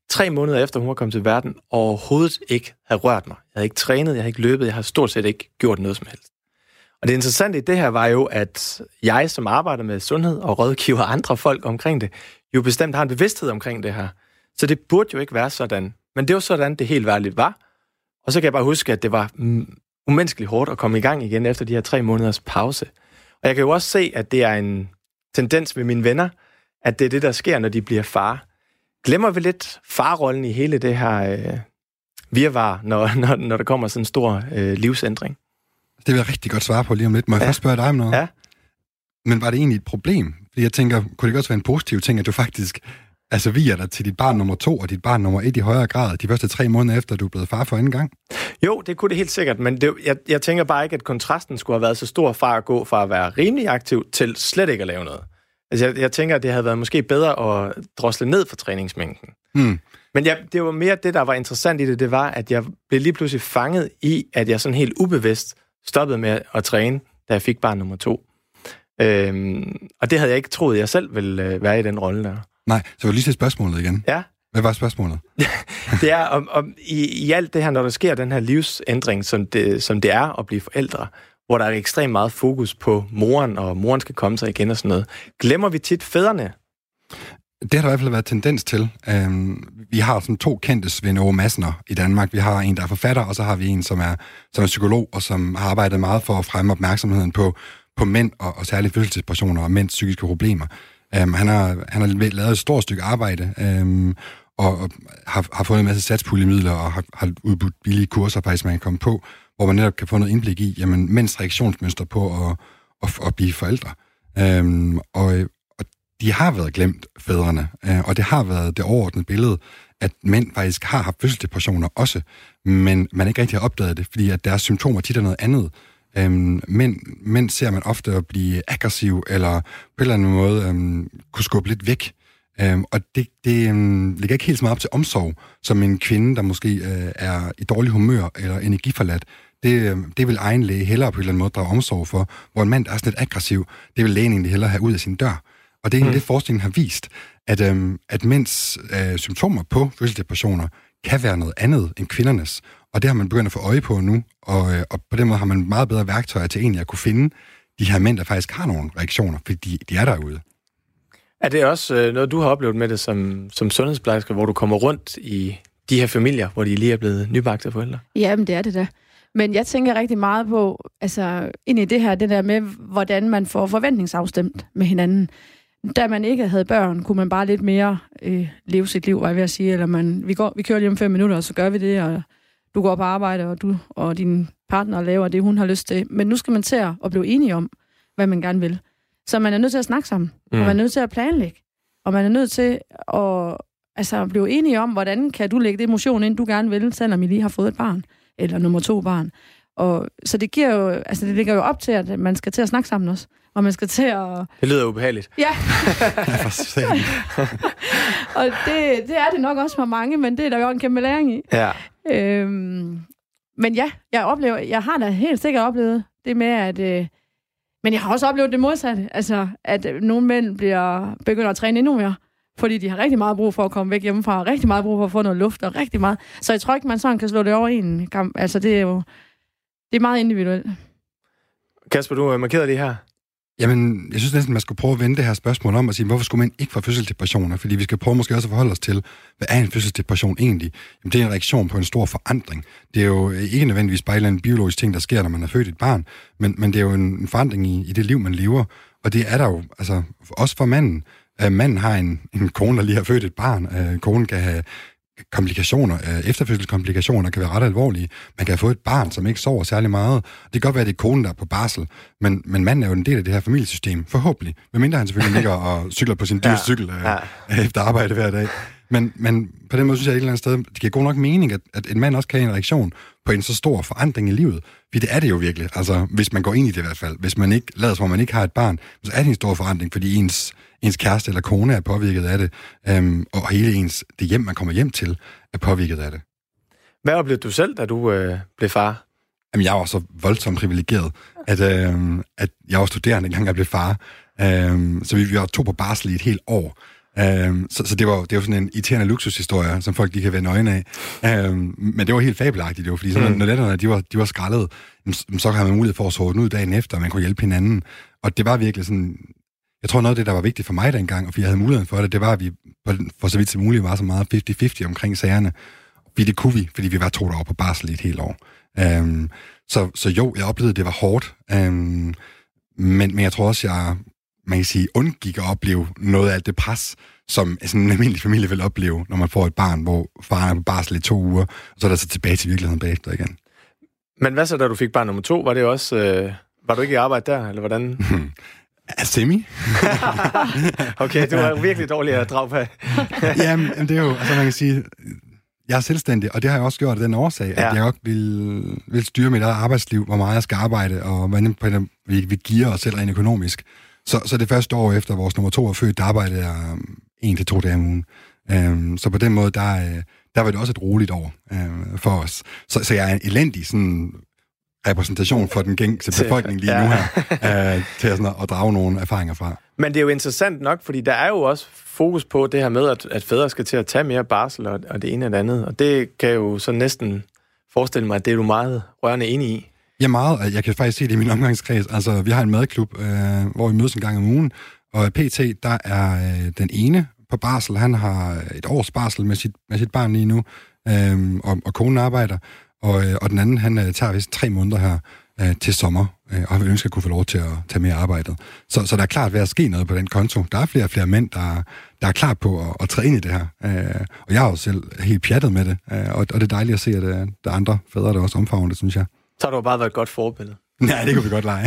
tre måneder efter hun var kommet til verden, overhovedet ikke havde rørt mig. Jeg havde ikke trænet, jeg havde ikke løbet, jeg har stort set ikke gjort noget som helst. Og det interessante i det her var jo, at jeg, som arbejder med sundhed og rådgiver andre folk omkring det, jo bestemt har en bevidsthed omkring det her. Så det burde jo ikke være sådan. Men det var sådan, det helt værligt var. Og så kan jeg bare huske, at det var umenneskeligt hårdt at komme i gang igen efter de her tre måneders pause. Og jeg kan jo også se, at det er en tendens med mine venner, at det er det, der sker, når de bliver far. Glemmer vi lidt farrollen i hele det her øh, virvar, når, når, når der kommer sådan en stor øh, livsændring? Det vil jeg rigtig godt svare på lige om lidt. Må jeg ja. først spørge dig om noget? Ja. Men var det egentlig et problem? Fordi jeg tænker, kunne det også være en positiv ting, at du faktisk altså viger dig til dit barn nummer to og dit barn nummer et i højere grad de første tre måneder efter, du er blevet far for anden gang? Jo, det kunne det helt sikkert, men det, jeg, jeg tænker bare ikke, at kontrasten skulle have været så stor fra at gå fra at være rimelig aktiv til slet ikke at lave noget. Altså, jeg, jeg tænker, at det havde været måske bedre at drosle ned for træningsmængden. Hmm. Men jeg, det var mere det, der var interessant i det, det var, at jeg blev lige pludselig fanget i, at jeg sådan helt ubevidst stoppede med at træne, da jeg fik barn nummer to. Øhm, og det havde jeg ikke troet, jeg selv ville være i den rolle der. Nej, så vil jeg lige se spørgsmålet igen. Ja. Hvad var spørgsmålet? Det er, om, om i, i alt det her, når der sker den her livsændring, som det, som det er at blive forældre, hvor der er ekstremt meget fokus på moren, og moren skal komme sig igen og sådan noget. Glemmer vi tit fædrene? Det har der i hvert fald været tendens til. Um, vi har sådan to kendte Svend Åge Madsener i Danmark. Vi har en, der er forfatter, og så har vi en, som er, som er psykolog, og som har arbejdet meget for at fremme opmærksomheden på, på mænd, og, og særligt fødselsdepressioner og mænds psykiske problemer. Um, han, har, han har lavet et stort stykke arbejde, um, og, og har, har fået en masse satspuljemidler, og har, har udbudt billige kurser, faktisk man kan komme på, hvor man netop kan få noget indblik i, jamen, mænds reaktionsmønster på at, at, at blive forældre. Um, og de har været glemt, fædrene, og det har været det overordnede billede, at mænd faktisk har haft fødselsdepressioner også, men man ikke rigtig har opdaget det, fordi at deres symptomer tit er noget andet. Øhm, mænd, mænd ser man ofte at blive aggressiv, eller på en eller anden måde øhm, kunne skubbe lidt væk. Øhm, og det, det øhm, ligger ikke helt så meget op til omsorg, som en kvinde, der måske øh, er i dårlig humør eller energiforladt. Det, det vil egen læge hellere på en eller anden måde drage omsorg for, hvor en mand, der er sådan lidt aggressiv, det vil lægen egentlig hellere have ud af sin dør. Og det er egentlig mm. det, forskningen har vist, at, øhm, at mænds øh, symptomer på fødselsdepressioner kan være noget andet end kvindernes. Og det har man begyndt at få øje på nu, og, øh, og på den måde har man meget bedre værktøjer til egentlig at kunne finde de her mænd, der faktisk har nogle reaktioner, fordi de, de er derude. Er det også øh, noget, du har oplevet med det som, som sundhedsplejerske, hvor du kommer rundt i de her familier, hvor de lige er blevet nybagte forældre? Jamen, det er det da. Men jeg tænker rigtig meget på, altså ind i det her, det der med, hvordan man får forventningsafstemt med hinanden. Da man ikke havde børn, kunne man bare lidt mere øh, leve sit liv, var jeg ved at sige. Eller man, vi, går, vi kører lige om fem minutter, og så gør vi det, og du går på arbejde, og du og din partner laver det, hun har lyst til. Men nu skal man til at blive enige om, hvad man gerne vil. Så man er nødt til at snakke sammen, mm. og man er nødt til at planlægge. Og man er nødt til at altså, blive enige om, hvordan kan du lægge det emotion ind, du gerne vil, selvom I lige har fået et barn, eller nummer to barn. Og, så det giver jo, altså det ligger jo op til, at man skal til at snakke sammen også. Og man skal til at... Det lyder ubehageligt. Ja. Og det, det er det nok også for mange, men det er der jo en kæmpe læring i. Ja. Øhm, men ja, jeg oplever, jeg har da helt sikkert oplevet det med, at... Øh, men jeg har også oplevet det modsatte. Altså, at nogle mænd bliver begynder at træne endnu mere, fordi de har rigtig meget brug for at komme væk hjemmefra, og rigtig meget brug for at få noget luft, og rigtig meget... Så jeg tror ikke, man sådan kan slå det over i en kamp. Altså, det er jo... Det er meget individuelt. Kasper, du markerede det her. Jamen, jeg synes næsten, man skulle prøve at vende det her spørgsmål om og sige, hvorfor skulle man ikke få fødselsdepressioner? Fordi vi skal prøve måske også at forholde os til, hvad er en fødselsdepression egentlig? Jamen, det er en reaktion på en stor forandring. Det er jo ikke nødvendigvis bare en biologisk ting, der sker, når man har født et barn, men, men det er jo en forandring i, i det liv, man lever. Og det er der jo, altså, også for manden. Uh, manden har en, en kone, der lige har født et barn. Uh, konen kan have komplikationer, efterfødselskomplikationer kan være ret alvorlige. Man kan få et barn, som ikke sover særlig meget. Det kan godt være, at det er konen, der er på barsel, men, men manden er jo en del af det her familiesystem, forhåbentlig. Medmindre han selvfølgelig ligger og cykler på sin dyre ja, cykel ja. øh, efter arbejde hver dag. Men, men på den måde synes jeg et eller andet sted, det giver god nok mening, at, at en mand også kan have en reaktion på en så stor forandring i livet. Fordi det er det jo virkelig. Altså, hvis man går ind i det i hvert fald. Hvis man ikke lader som om man ikke har et barn, så er det en stor forandring, fordi ens ens kæreste eller kone er påvirket af det, øhm, og hele ens, det hjem, man kommer hjem til, er påvirket af det. Hvad oplevede du selv, da du øh, blev far? Jamen, jeg var så voldsomt privilegeret, at, øh, at jeg var studerende, dengang jeg blev far. Øh, så vi, vi var to på barsel i et helt år. Øhm, så, så det var det var sådan en irriterende luksushistorie, som folk lige kan vende øjne af. Øhm, men det var helt fabelagtigt, det var, fordi så, mm. når letterne de var, de var skrællet, så havde man mulighed for at sove den ud dagen efter, og man kunne hjælpe hinanden. Og det var virkelig sådan... Jeg tror, noget af det, der var vigtigt for mig dengang, og fordi jeg havde muligheden for det, det var, at vi for så vidt som muligt var så meget halvtreds halvtreds omkring sagerne. Fordi det kunne vi, fordi vi var to år på barsel i et helt år. Øhm, så, så jo, jeg oplevede, at det var hårdt. Øhm, men, men jeg tror også, jeg man kan sige, undgik at opleve noget af alt det pres, som sådan en almindelig familie vil opleve, når man får et barn, hvor faren er på barsel i to uger, og så er der så tilbage til virkeligheden bagefter igen. Men hvad så, da du fik barn nummer to? Var det også... Øh, var du ikke i arbejde der, eller hvordan? Semi. Okay, du var virkelig dårlig at drage på. Jamen, det er jo, altså man kan sige, jeg er selvstændig, og det har jeg også gjort af den årsag, ja. at jeg godt vil, vil styre mit eget arbejdsliv, hvor meget jeg skal arbejde, og hvordan vi, vi giver os selv rent økonomisk. Så, så det første år efter vores nummer to er født, der arbejdede jeg en til to dage om ugen. Um, så på den måde, der, der var det også et roligt år uh, for os. Så, så jeg er en elendig sådan... repræsentation for den gængse befolkning lige ja. nu her, øh, til sådan at, at drage nogle erfaringer fra. Men det er jo interessant nok, fordi der er jo også fokus på det her med, at, at fædre skal til at tage mere barsel, og, og det ene og det andet, og det kan jo så næsten forestille mig, at det er du meget rørende enig i. Ja, meget. Jeg kan faktisk se det i min omgangskreds. Altså, vi har en madklub, øh, hvor vi mødes en gang om ugen, og P T, der er øh, den ene på barsel. Han har et års barsel med sit, med sit barn lige nu, øh, og, og konen arbejder. Og, og den anden, han uh, tager vist tre måneder her uh, til sommer, uh, og han vil ønske at kunne få lov til at tage mere arbejdet. Så, så der er klart ved at ske noget på den konto. Der er flere og flere mænd, der, der er klar på at, at træde ind i det her. Uh, og jeg er jo selv helt pjattet med det, uh, og, og det er dejligt at se, at uh, der er andre fædre, der også omfavner det, synes jeg. Så har du bare været et godt forbillede. Nej, det kunne vi godt lege.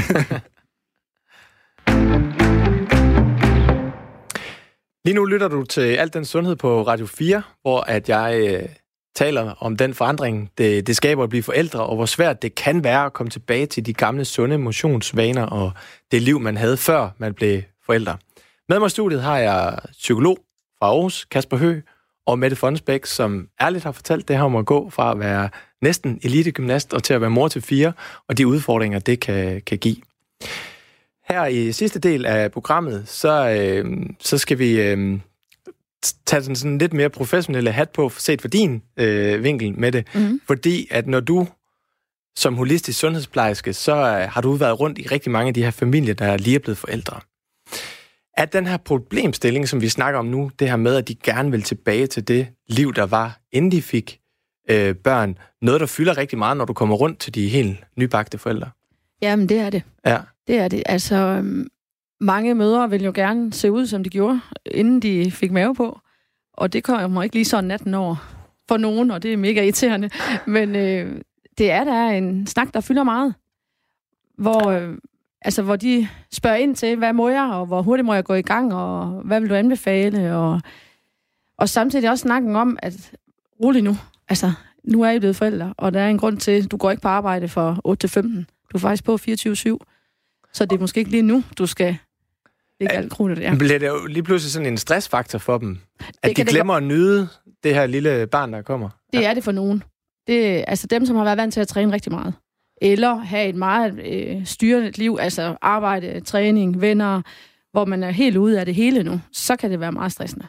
Lige nu lytter du til Alt den Sundhed på Radio fire, hvor at jeg... Øh taler om den forandring, det, det skaber at blive forældre, og hvor svært det kan være at komme tilbage til de gamle sunde motionsvaner og det liv, man havde før man blev forældre. Med mig i studiet har jeg psykolog fra Aarhus, Kasper Høgh, og Mette Fonsbæk, som ærligt har fortalt det her om at gå fra at være næsten elitegymnast og til at være mor til fire, og de udfordringer, det kan, kan give. Her i sidste del af programmet, så, øh, så skal vi... Øh, tage sådan, sådan lidt mere professionelle hat på, set for din øh, vinkel med det. Mm-hmm. Fordi at når du som holistisk sundhedsplejerske, så øh, har du været rundt i rigtig mange af de her familier, der lige er blevet forældre. At den her problemstilling, som vi snakker om nu, det her med, at de gerne vil tilbage til det liv, der var, inden de fik øh, børn, noget, der fylder rigtig meget, når du kommer rundt til de helt nybagte forældre. Jamen, det er det. Ja. Det er det. Altså... Øhm mange mødre vil jo gerne se ud, som de gjorde, inden de fik mave på. Og det kommer ikke lige sådan natten over for nogen, og det er mega irriterende. Men øh, det er der en snak, der fylder meget. Hvor, øh, altså, hvor de spørger ind til, hvad må jeg, og hvor hurtigt må jeg gå i gang, og hvad vil du anbefale? Og, og samtidig også snakken om, at rolig nu. Altså, nu er I blevet forældre, og der er en grund til, at du går ikke på arbejde fra otte til femten. Du er faktisk på fireogtyve syv. Så det er måske ikke lige nu, du skal... Ikke alt kroner, det er. Bliver det jo lige pludselig sådan en stressfaktor for dem? At de glemmer at nyde det her lille barn, der kommer? Det ja. er det for nogen. Det er altså dem, som har været vant til at træne rigtig meget. Eller have et meget øh, styrende liv, altså arbejde, træning, venner, hvor man er helt ude af det hele nu. Så kan det være meget stressende.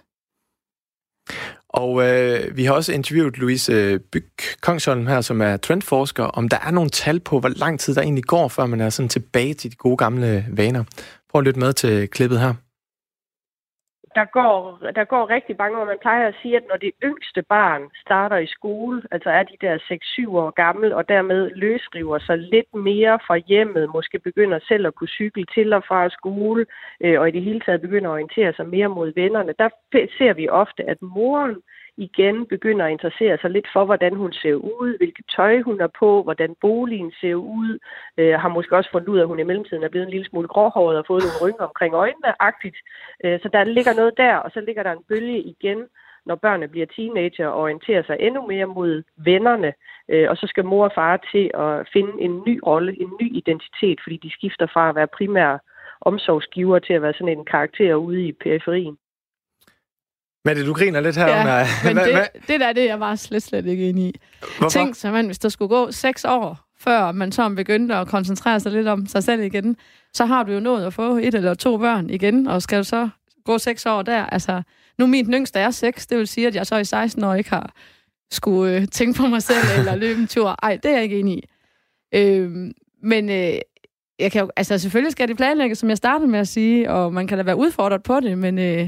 Og øh, vi har også interviewet Louise Byg Kongsholm her, som er trendforsker, om der er nogle tal på, hvor lang tid der egentlig går, før man er sådan tilbage til de gode gamle vaner. Prøv at lytte med til klippet her. Der går, der går rigtig mange år. Man plejer at sige, at når det yngste barn starter i skole, altså er de der seks syv år gammel, og dermed løsriver sig lidt mere fra hjemmet, måske begynder selv at kunne cykle til og fra skole, øh, og i det hele taget begynder at orientere sig mere mod vennerne, der ser vi ofte, at moren igen begynder at interessere sig lidt for, hvordan hun ser ud, hvilket tøj hun er på, hvordan boligen ser ud, øh, har måske også fundet ud af, at hun i mellemtiden er blevet en lille smule gråhåret og fået nogle rynker omkring øjnene-agtigt. Øh, så der ligger noget der, og så ligger der en bølge igen, når børnene bliver teenager og orienterer sig endnu mere mod vennerne, øh, og så skal mor og far til at finde en ny rolle, en ny identitet, fordi de skifter fra at være primære omsorgsgiver til at være sådan en karakter ude i periferien. Mette, du griner lidt her. Ja, under... men det, det der det er jeg bare slet, slet ikke enig i. Hvorfor? Tænk så, man, hvis der skulle gå seks år, før man så begyndte at koncentrere sig lidt om sig selv igen, så har du jo nået at få et eller to børn igen, og skal du så gå seks år der. Altså, nu min den yngste er seks, det vil sige, at jeg så i seksten år ikke har skulle øh, tænke på mig selv eller løbe en tur. Ej, det er jeg ikke enig i. Øh, men øh, jeg kan jo, altså selvfølgelig skal det planlægges, som jeg startede med at sige, og man kan da være udfordret på det, men øh,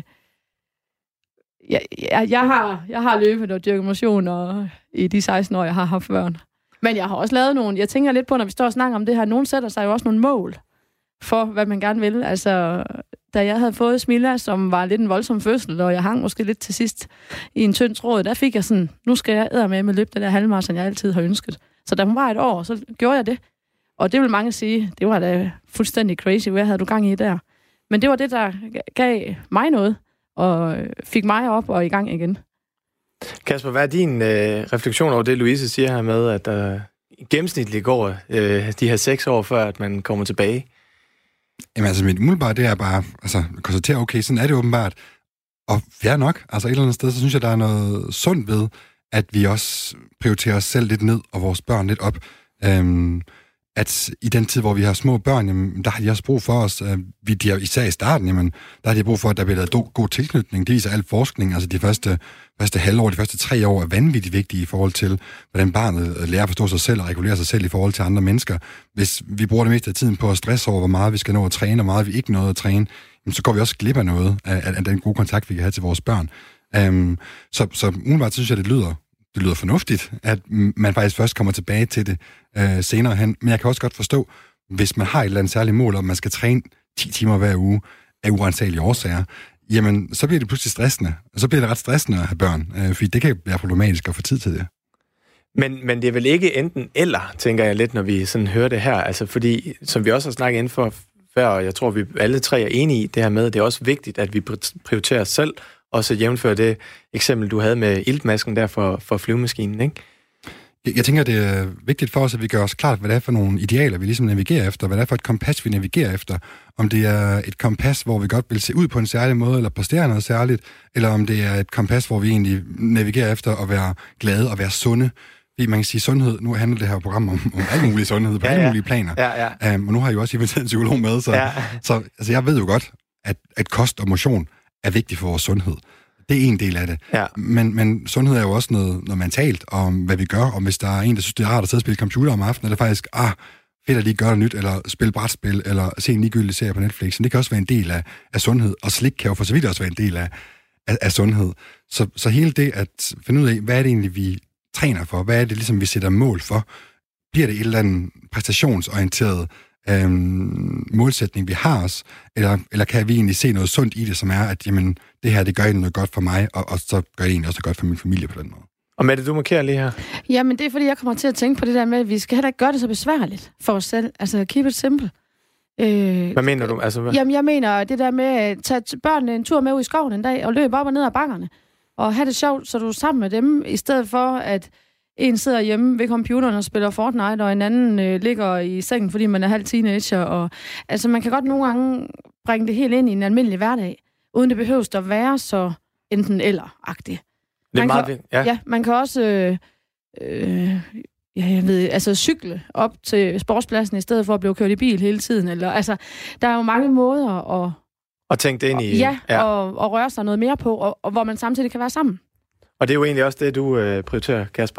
jeg, jeg, jeg, har, jeg har løbet og dyrket motion og, i de seksten år, jeg har haft børn. Men jeg har også lavet nogle, jeg tænker lidt på, når vi står og snakker om det her, nogen sætter sig jo også nogle mål for, hvad man gerne vil. Altså, da jeg havde fået Smilla, som var lidt en voldsom fødsel, og jeg hang måske lidt til sidst i en tynd tråd, der fik jeg sådan, nu skal jeg eddermame med løbe det der halvmarathon, jeg altid har ønsket. Så da hun var et år, så gjorde jeg det. Og det vil mange sige, det var da fuldstændig crazy, hvad havde du gang i der? Men det var det, der gav mig noget, og fik mig op og i gang igen. Kasper, hvad er din øh, refleksion over det, Louise siger her med, at der øh, gennemsnitligt går øh, de her seks år, før at man kommer tilbage? Jamen altså, mit umiddelbart, det er bare, altså, konstatere, okay, sådan er det åbenbart. Og fair nok, altså et eller andet sted, så synes jeg, der er noget sundt ved, at vi også prioriterer os selv lidt ned, og vores børn lidt op. Øhm, at i den tid, hvor vi har små børn, jamen, der har de også brug for os. Vi, de har, især i starten, jamen, der har de brug for, at der bliver lavet do, god tilknytning. Det viser al forskning. Altså de første, første halvår, de første tre år er vanvittigt vigtige i forhold til, hvordan barnet lærer at forstå sig selv og regulere sig selv i forhold til andre mennesker. Hvis vi bruger det meste af tiden på at stresse over, hvor meget vi skal nå at træne, og hvor meget vi ikke nåede at træne, jamen, så går vi også glip af noget af, af den gode kontakt, vi kan have til vores børn. Um, så, så umiddelbart synes jeg, det lyder Det lyder fornuftigt, at man faktisk først kommer tilbage til det øh, senere hen. Men jeg kan også godt forstå, hvis man har et eller andet særligt mål, om man skal træne ti timer hver uge af uansagelige årsager, jamen så bliver det pludselig stressende. Og så bliver det ret stressende at have børn, øh, fordi det kan være problematisk at få tid til det. Men, men det er vel ikke enten eller, tænker jeg lidt, når vi sådan hører det her. Altså fordi, som vi også har snakket inden for før, og jeg tror, vi alle tre er enige i det her med, det er også vigtigt, at vi prioriterer os selv, og så jævnføre det eksempel, du havde med iltmasken der for, for flyvemaskinen, ikke? Jeg, jeg tænker, det er vigtigt for os, at vi gør os klart, hvad det er for nogle idealer, vi ligesom navigerer efter, hvad det er for et kompas, vi navigerer efter. Om det er et kompas, hvor vi godt vil se ud på en særlig måde, eller præstere noget særligt, eller om det er et kompas, hvor vi egentlig navigerer efter at være glade og være sunde. Fordi man kan sige sundhed, nu handler det her program om, om alle mulige sundhed, på ja, alle ja. mulige planer. Ja, ja. Um, og nu har jeg jo også inviteret en psykolog med, så, ja. så altså, jeg ved jo godt, at, at kost og motion er vigtigt for vores sundhed. Det er en del af det. Ja. Men, men sundhed er jo også noget, noget mentalt om, hvad vi gør. Og hvis der er en, der synes, det er rart at sidde og spille computer om aftenen, er det faktisk, ah, fedt at lige gøre noget nyt, eller spille brætspil, eller se en ligegyldig serie på Netflix. Så det kan også være en del af, af sundhed. Og slik kan jo for så vidt også være en del af, af, af sundhed. Så, så hele det at finde ud af, hvad er det egentlig, vi træner for? Hvad er det, ligesom vi sætter mål for? Bliver det et eller andet præstationsorienteret Øhm, målsætning, vi har os, eller, eller kan vi egentlig se noget sundt i det, som er, at jamen, det her, det gør noget godt for mig, og, og så gør det egentlig også noget godt for min familie på den måde. Og Mette, du markerer lige her. Jamen, det er, fordi jeg kommer til at tænke på det der med, at vi skal heller ikke gøre det så besværligt for os selv. Altså, keep it simple. Øh, hvad mener du? Altså, hvad? Jamen, jeg mener det der med at tage børnene en tur med ud i skoven en dag, og løbe op og ned ad bakkerne, og have det sjovt, så du er sammen med dem, i stedet for, at en sidder hjemme ved computeren og spiller Fortnite, og en anden øh, ligger i sengen, fordi man er halv teenager. Og, altså, man kan godt nogle gange bringe det helt ind i en almindelig hverdag, uden det behøves at være så enten eller-agtigt. Det er man meget kan, ja. ja, man kan også øh, øh, ja, jeg ved, altså, cykle op til sportspladsen, i stedet for at blive kørt i bil hele tiden. Eller, altså, der er jo mange måder at... Og tænke det ind i... Ja, ja. Og, og røre sig noget mere på, og, og hvor man samtidig kan være sammen. Og det er jo egentlig også det, du øh, prioriterer, Kasper.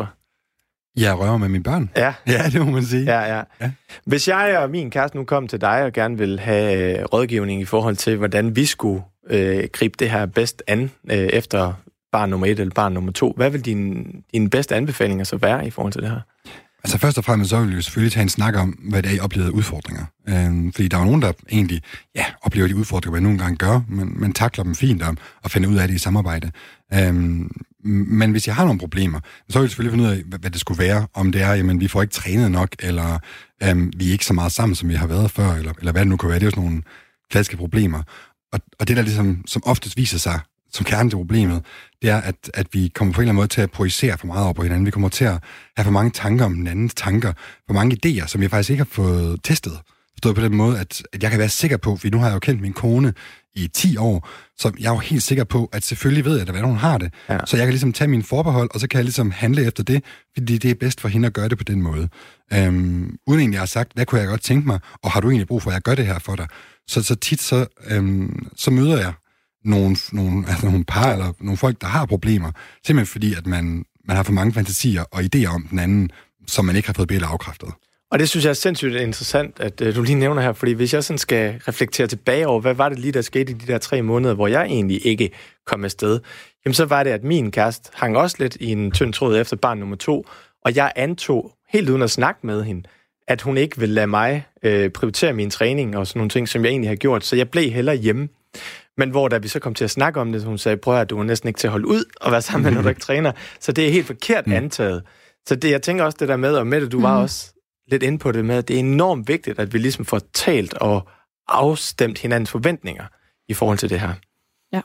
Jeg rører med mine børn. Ja. Ja, det må man sige. Ja, ja. Ja. Hvis jeg og min kæreste nu kom til dig og gerne vil have øh, rådgivning i forhold til, hvordan vi skulle øh, gribe det her bedst an øh, efter barn nummer et eller barn nummer to, hvad vil dine, dine bedste anbefalinger så være i forhold til det her? Altså først og fremmest så vil vi jo selvfølgelig tage en snak om, hvad det er, I oplever udfordringer. Øhm, fordi der er jo nogen, der egentlig ja, oplever de udfordringer, man nogle gange gør, men, men takler dem fint om og finder ud af det i samarbejde. Øhm, men hvis jeg har nogle problemer, så vil jeg selvfølgelig finde ud af, hvad, hvad det skulle være. Om det er, jamen vi får ikke trænet nok, eller øhm, vi er ikke så meget sammen, som vi har været før, eller, eller hvad det nu kan være. Det er jo sådan nogle klassiske problemer. Og, og det der ligesom, som oftest viser sig, som kernen til problemet, det er, at, at vi kommer på en eller anden måde til at projicere for meget over på hinanden. Vi kommer til at have for mange tanker om den andens tanker, for mange idéer, som jeg faktisk ikke har fået testet. Forstået på den måde, at, at jeg kan være sikker på, for nu har jeg jo kendt min kone i ti år, så jeg er jo helt sikker på, at selvfølgelig ved jeg, at hun har det. Ja. Så jeg kan ligesom tage mine forbehold, og så kan jeg ligesom handle efter det, fordi det er bedst for hende at gøre det på den måde. Øhm, uden egentlig at have sagt, hvad kunne jeg godt tænke mig, og har du egentlig brug for, at jeg gør det her for dig? Så, så tit så, øhm, så møder jeg nogle, nogle, altså nogle par eller nogle folk, der har problemer, simpelthen fordi, at man, man har for mange fantasier og idéer om den anden, som man ikke har fået bedre afkræftet. Og det synes jeg er sindssygt interessant, at uh, du lige nævner her, fordi hvis jeg sådan skal reflektere tilbage over, hvad var det lige, der skete i de der tre måneder, hvor jeg egentlig ikke kom afsted, jamen så var det, at min kæreste hang også lidt i en tynd tråd efter barn nummer to, og jeg antog, helt uden at snakke med hende, at hun ikke ville lade mig øh, prioritere min træning og sådan nogle ting, som jeg egentlig har gjort, så jeg blev hellere hjemme. Men hvor da vi så kom til at snakke om det, så hun sagde, prøv at du er næsten ikke til at holde ud og være sammen med, når du ikke træner. Så det er helt forkert antaget. Så det, jeg tænker også det der med, og Mette, du var mm. også lidt inde på det med, at det er enormt vigtigt, at vi ligesom får talt og afstemt hinandens forventninger i forhold til det her. Ja.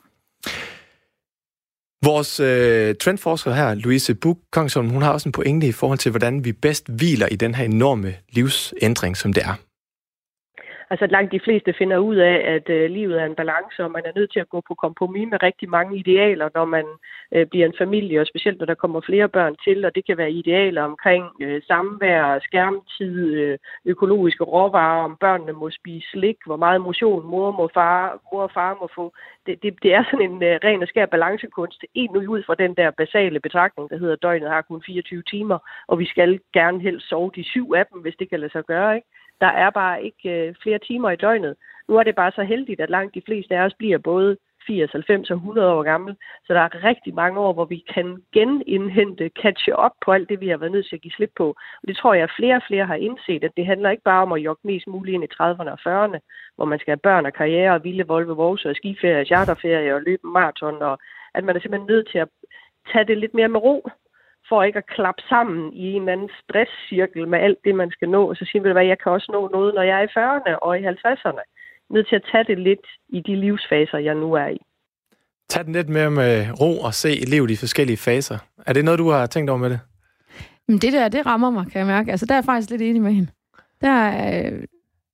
Vores øh, trendforsker her, Louise Buch Kongsholm, hun har også en pointe i forhold til, hvordan vi bedst hviler i den her enorme livsændring, som det er. Altså langt de fleste finder ud af, at øh, livet er en balance, og man er nødt til at gå på kompromis med rigtig mange idealer, når man øh, bliver en familie, og specielt når der kommer flere børn til, og det kan være idealer omkring øh, samvær, skærmtid, øh, økologiske råvarer, om børnene må spise slik, hvor meget motion mor, må far, mor og far må få. Det, det, det er sådan en øh, ren og skær balancekunst, egentlig ud fra den der basale betragtning, der hedder, døgnet har kun fireogtyve timer, og vi skal gerne helst sove de syv af dem, hvis det kan lade sig gøre, ikke? Der er bare ikke øh, flere timer i døgnet. Nu er det bare så heldigt, at langt de fleste af os bliver både firs, halvfems og hundrede år gammel. Så der er rigtig mange år, hvor vi kan genindhente, catche op på alt det, vi har været nødt til at give slip på. Og det tror jeg, at flere og flere har indset, at det handler ikke bare om at jogge mest muligt ind i trediverne og fyrrerne, hvor man skal have børn og karriere og vilde Volvo Vose og skiferie, charterferie og løbe maraton, og at man er simpelthen nødt til at tage det lidt mere med ro, for ikke at klappe sammen i en eller anden stresscirkel med alt det, man skal nå. Og så siger man, at jeg kan også nå noget, når jeg er i fyrrerne og i halvtredserne. Nødt til at tage det lidt i de livsfaser, jeg nu er i. Tag den lidt mere med ro og se livet i forskellige faser. Er det noget, du har tænkt over med det? Det der, det rammer mig, kan jeg mærke. Altså, der er jeg faktisk lidt enig med hende. Der øh...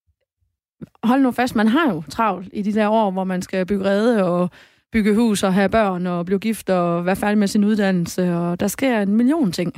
Hold nu fast, man har jo travlt i de der år, hvor man skal bygge rede og bygge hus og have børn og blive gift og være færdig med sin uddannelse, og der sker en million ting.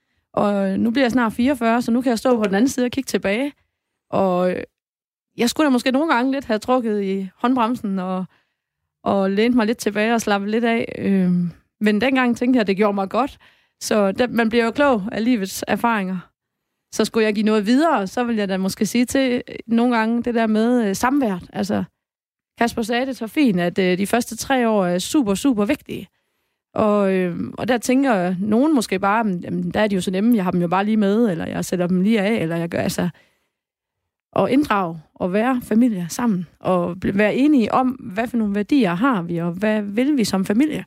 Og nu bliver jeg snart fireogfyrre, så nu kan jeg stå på den anden side og kigge tilbage. Og jeg skulle da måske nogle gange lidt have trukket i håndbremsen og, og lænt mig lidt tilbage og slappet lidt af. Men dengang tænkte jeg, at det gjorde mig godt. Så det, man bliver jo klog af livets erfaringer. Så skulle jeg give noget videre, så vil jeg da måske sige til nogle gange det der med samvær. Altså, Kasper sagde det så fint, at øh, de første tre år er super, super vigtige. Og, øh, og der tænker nogen måske bare, jamen, der er de jo så nemme, jeg har dem jo bare lige med, eller jeg sætter dem lige af, eller jeg gør altså... Og inddrage og være familie sammen, og være enige om, hvad for nogle værdier har vi, og hvad vil vi som familie.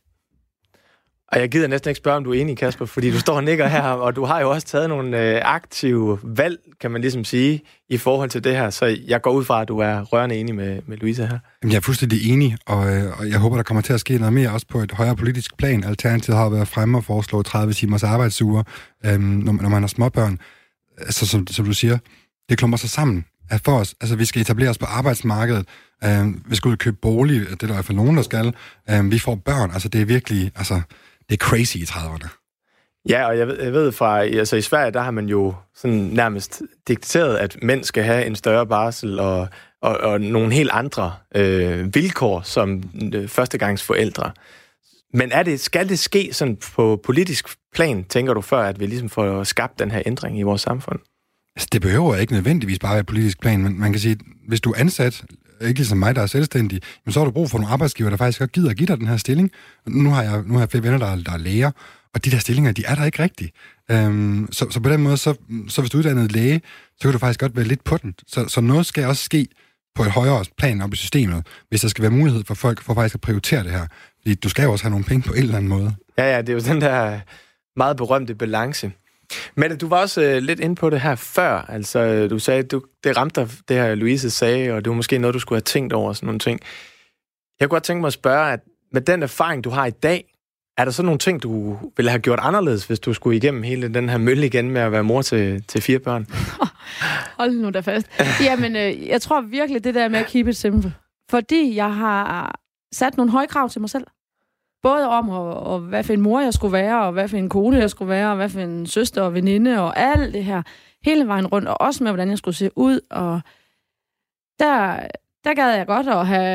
Og jeg gider næsten ikke spørge, om du er enig, Kasper, fordi du står og nikker her, og du har jo også taget nogle øh, aktive valg, kan man ligesom sige, i forhold til det her. Så jeg går ud fra, at du er rørende enig med, med Louise her. Jamen, jeg er fuldstændig enig, og, og jeg håber, der kommer til at ske noget mere, også på et højere politisk plan. Alternativet har været fremme og foreslå tredive timers arbejdsuger, øhm, når, når man har småbørn. Altså, som, som du siger, det klumper sig sammen. At for os, altså, vi skal etablere os på arbejdsmarkedet, øhm, vi skal ud og købe bolig, det er der i hvert fald nogen, der skal. Øhm, vi får børn, altså det er virkelig... Altså, det er crazy i trediverne. Ja, og jeg ved, jeg ved fra, altså i Sverige, der har man jo sådan nærmest dikteret, at mænd skal have en større barsel og, og, og nogle helt andre øh, vilkår som øh, førstegangsforældre. Men er det, skal det ske sådan på politisk plan, tænker du, før at vi ligesom får skabt den her ændring i vores samfund? Altså, det behøver ikke nødvendigvis bare være politisk plan, men man kan sige, at hvis du er ansat, ikke ligesom mig, der er selvstændig, men så har du brug for nogle arbejdsgiver, der faktisk godt gider at give dig den her stilling. Nu har jeg, nu har jeg flere venner, der er, der er læger, og de der stillinger, de er der ikke rigtigt. Øhm, så, så på den måde, så, så hvis du er uddannet læge, så kan du faktisk godt være lidt på den. Så, så noget skal også ske på et højere plan op i systemet, hvis der skal være mulighed for folk for faktisk at prioritere det her. Fordi du skal jo også have nogle penge på en eller anden måde. Ja, ja, det er jo den der meget berømte balance. Men du var også øh, lidt inde på det her før. Altså, du sagde, du, det ramte dig, det her Louise sagde, og det var måske noget, du skulle have tænkt over, sådan nogle ting. Jeg kunne godt tænke mig at spørge, at med den erfaring, du har i dag, er der så nogle ting, du ville have gjort anderledes, hvis du skulle igennem hele den her mølle igen med at være mor til, til fire børn? Hold nu da fast. Jamen, øh, jeg tror virkelig, det der med at keep it simple. Fordi jeg har sat nogle høje krav til mig selv. Både om, og, og hvad for en mor jeg skulle være, og hvad for en kone jeg skulle være, og hvad for en søster og veninde, og alt det her. Hele vejen rundt, og også med, hvordan jeg skulle se ud. Og der, der gad jeg godt at have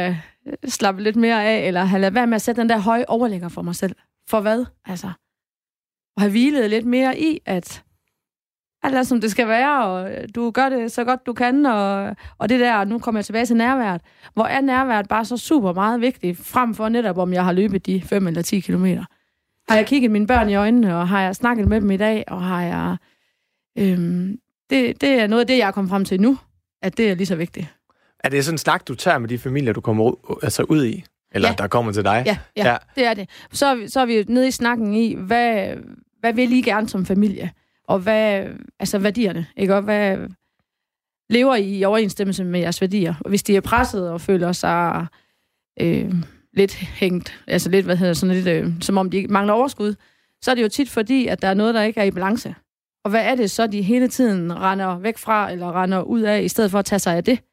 slappe lidt mere af, eller have ladet være med at sætte den der høje overlægger for mig selv. For hvad? Altså, og have hvilet lidt mere i, at alt er, som det skal være, og du gør det så godt, du kan, og, og det der, nu kommer jeg tilbage til nærværet. Hvor er nærværet bare så super meget vigtigt, frem for netop, om jeg har løbet de fem eller ti kilometer. Har jeg kigget mine børn i øjnene, og har jeg snakket med dem i dag, og har jeg... Øhm, det, det er noget af det, jeg er kommet frem til nu, at det er lige så vigtigt. Er det sådan en snak, du tager med de familier, du kommer ud, altså ud i? Eller ja. Der kommer til dig? Ja, ja, ja, det er det. Så er vi, så er vi nede i snakken i, hvad, hvad vil I gerne som familie? Og hvad, altså værdierne, ikke? Og hvad lever I i overensstemmelse med jeres værdier? Og hvis de er presset og føler sig øh, lidt hængt, altså lidt, hvad hedder sådan lidt, øh, som om de mangler overskud, så er det jo tit fordi, at der er noget, der ikke er i balance. Og hvad er det så, de hele tiden render væk fra, eller render ud af, i stedet for at tage sig af det?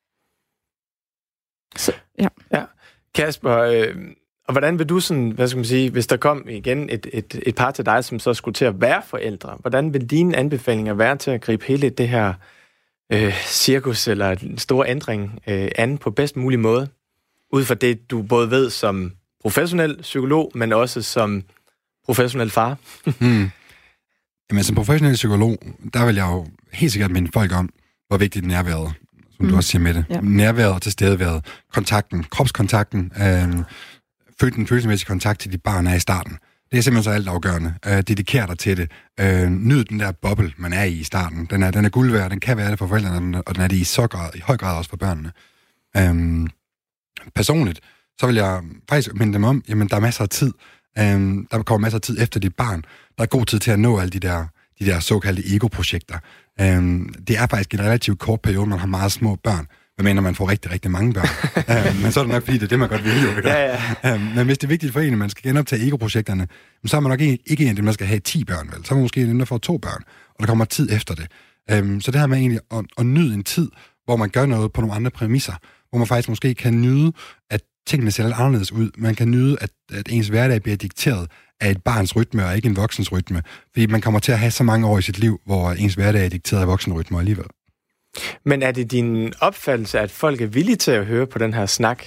Så, ja. Ja. Kasper, øh, og hvordan vil du sådan, hvad skal man sige, hvis der kom igen et, et, et par til dig, som så skulle til at være forældre, hvordan vil dine anbefalinger være til at gribe hele det her øh, cirkus eller en stor ændring øh, an på bedst mulig måde? Ud fra det, du både ved som professionel psykolog, men også som professionel far. hmm. Jamen, som professionel psykolog, der vil jeg jo helt sikkert minde folk om, hvor vigtigt nærværet, som mm. du også siger med det. Ja. Nærværet og tilstedeværet, kontakten, kropskontakten, øh, føle den følelsesmæssige kontakt til dit barn er i starten. Det er simpelthen så altafgørende. Øh, dediker dig til det. Øh, nyd den der boble, man er i i starten. Den er, den er guld værd, den kan være det for forældrene, og den er det i, så grad, i høj grad også for børnene. Øh, personligt, så vil jeg faktisk minde dem om, jamen der er masser af tid. Øh, der kommer masser af tid efter dit barn. Der er god tid til at nå alle de der, de der såkaldte ego-projekter. Øh, det er faktisk en relativt kort periode, man har meget små børn. Hvad mener man får rigtig, rigtig mange børn. uh, men så er det nok, fordi det er det, man godt vil. Jo, ja, ja. Uh, men hvis det er vigtigt for en, at man skal genoptage ego-projekterne, så er man nok ikke, ikke en af dem, der skal have ti børn, vel? Så er man måske en, der får to børn, og der kommer tid efter det. Um, så det her med egentlig at, at nyde en tid, hvor man gør noget på nogle andre præmisser, hvor man faktisk måske kan nyde, at tingene ser lidt anderledes ud. Man kan nyde, at, at ens hverdag bliver dikteret af et barns rytme, og ikke en voksens rytme. Fordi man kommer til at have så mange år i sit liv, hvor ens hverdag er dikteret af voksenrytmer alligevel. Men er det din opfattelse, at folk er villige til at høre på den her snak?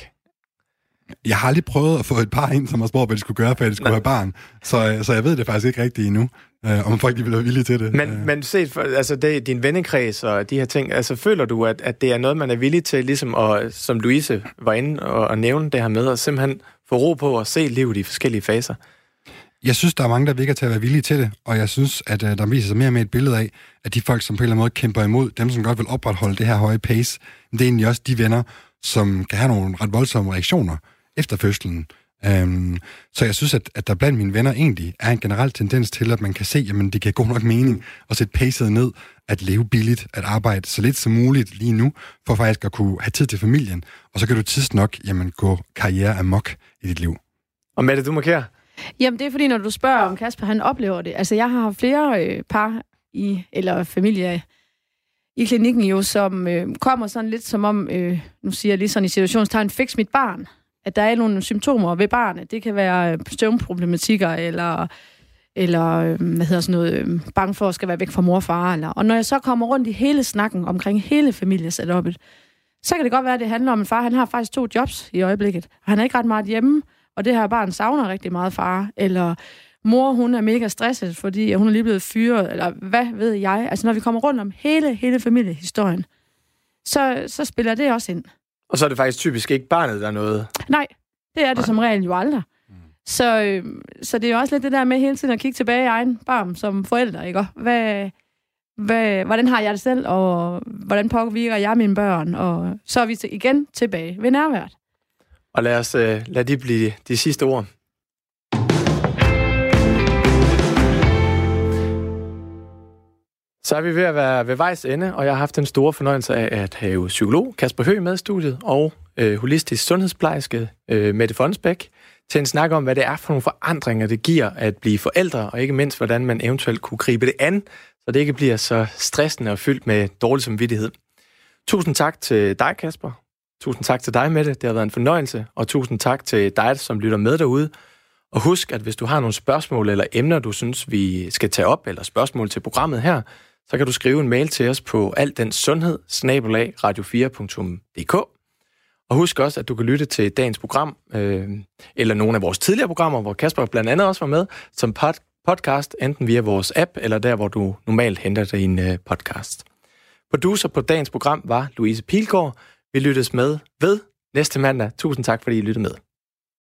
Jeg har aldrig prøvet at få et par ind, som har spurgt, hvad de skulle gøre, for at de skulle Nej. have barn. Så, så jeg ved det faktisk ikke rigtigt endnu, øh, om folk de vil være villige til det. Men, men set for, altså det, din vennekreds og de her ting, altså føler du, at, at det er noget, man er villig til, ligesom at, som Louise var inde og, og nævne det her med, og simpelthen få ro på at se livet i forskellige faser? Jeg synes, der er mange, der virker til at være villige til det, og jeg synes, at uh, der viser sig mere og mere et billede af, at de folk, som på en eller anden måde kæmper imod, dem, som godt vil opretholde det her høje pace, det er egentlig også de venner, som kan have nogle ret voldsomme reaktioner efter fødslen. Um, så jeg synes, at, at der blandt mine venner egentlig er en generel tendens til, at man kan se, jamen det giver god nok mening at sætte pacet ned, at leve billigt, at arbejde så lidt som muligt lige nu, for faktisk at kunne have tid til familien, og så kan du tids nok jamen, gå karriere amok i dit liv. Og Mette, du markerer? Jamen, det er fordi, når du spørger om Kasper, han oplever det. Altså, jeg har flere øh, par i, eller familie i klinikken jo, som øh, kommer sådan lidt som om, øh, nu siger jeg lige sådan i situationstegn, fix mit barn. At der er nogle symptomer ved barnet. Det kan være søvnproblematikker, eller, eller øh, hvad hedder sådan noget, øh, bange for at skal være væk fra mor og far. Eller. Og når jeg så kommer rundt i hele snakken omkring hele familiesetupet, så kan det godt være, at det handler om, at far han har faktisk to jobs i øjeblikket. Og han er ikke ret meget hjemme. Og det her barn savner rigtig meget far, eller mor, hun er mega stresset, fordi hun er lige blevet fyret, eller hvad ved jeg. Altså, når vi kommer rundt om hele, hele familiehistorien, så, så spiller det også ind. Og så er det faktisk typisk ikke barnet, der er noget? Nej, det er det Nej. som regel jo aldrig. Mm. Så, øh, så det er også lidt det der med hele tiden at kigge tilbage i egen barm som forældre, ikke? Hvad, hvad, hvordan har jeg det selv, og hvordan påvirker jeg mine børn? Og så er vi igen tilbage ved nærværet. Og lad os øh, lad de blive de sidste ord. Så er vi ved at være ved vejs ende, og jeg har haft den store fornøjelse af at have psykolog Kasper Høgh med i studiet, og øh, holistisk sundhedsplejerske øh, Mette Fonnesbæk, til en snak om, hvad det er for nogle forandringer, det giver at blive forældre, og ikke mindst, hvordan man eventuelt kunne gribe det an, så det ikke bliver så stressende og fyldt med dårlig samvittighed. Tusind tak til dig, Kasper. Tusind tak til dig, Mette. Det har været en fornøjelse. Og tusind tak til dig, som lytter med derude. Og husk, at hvis du har nogle spørgsmål eller emner, du synes, vi skal tage op, eller spørgsmål til programmet her, så kan du skrive en mail til os på altdensundhed snabel-a radio fire punktum d k. Og husk også, at du kan lytte til dagens program, øh, eller nogle af vores tidligere programmer, hvor Kasper blandt andet også var med, som pod- podcast, enten via vores app, eller der, hvor du normalt henter din øh, podcast. Producer på dagens program var Louise Pilgaard. Vi lyttes med ved næste mandag. Tusind tak, fordi I lyttede med.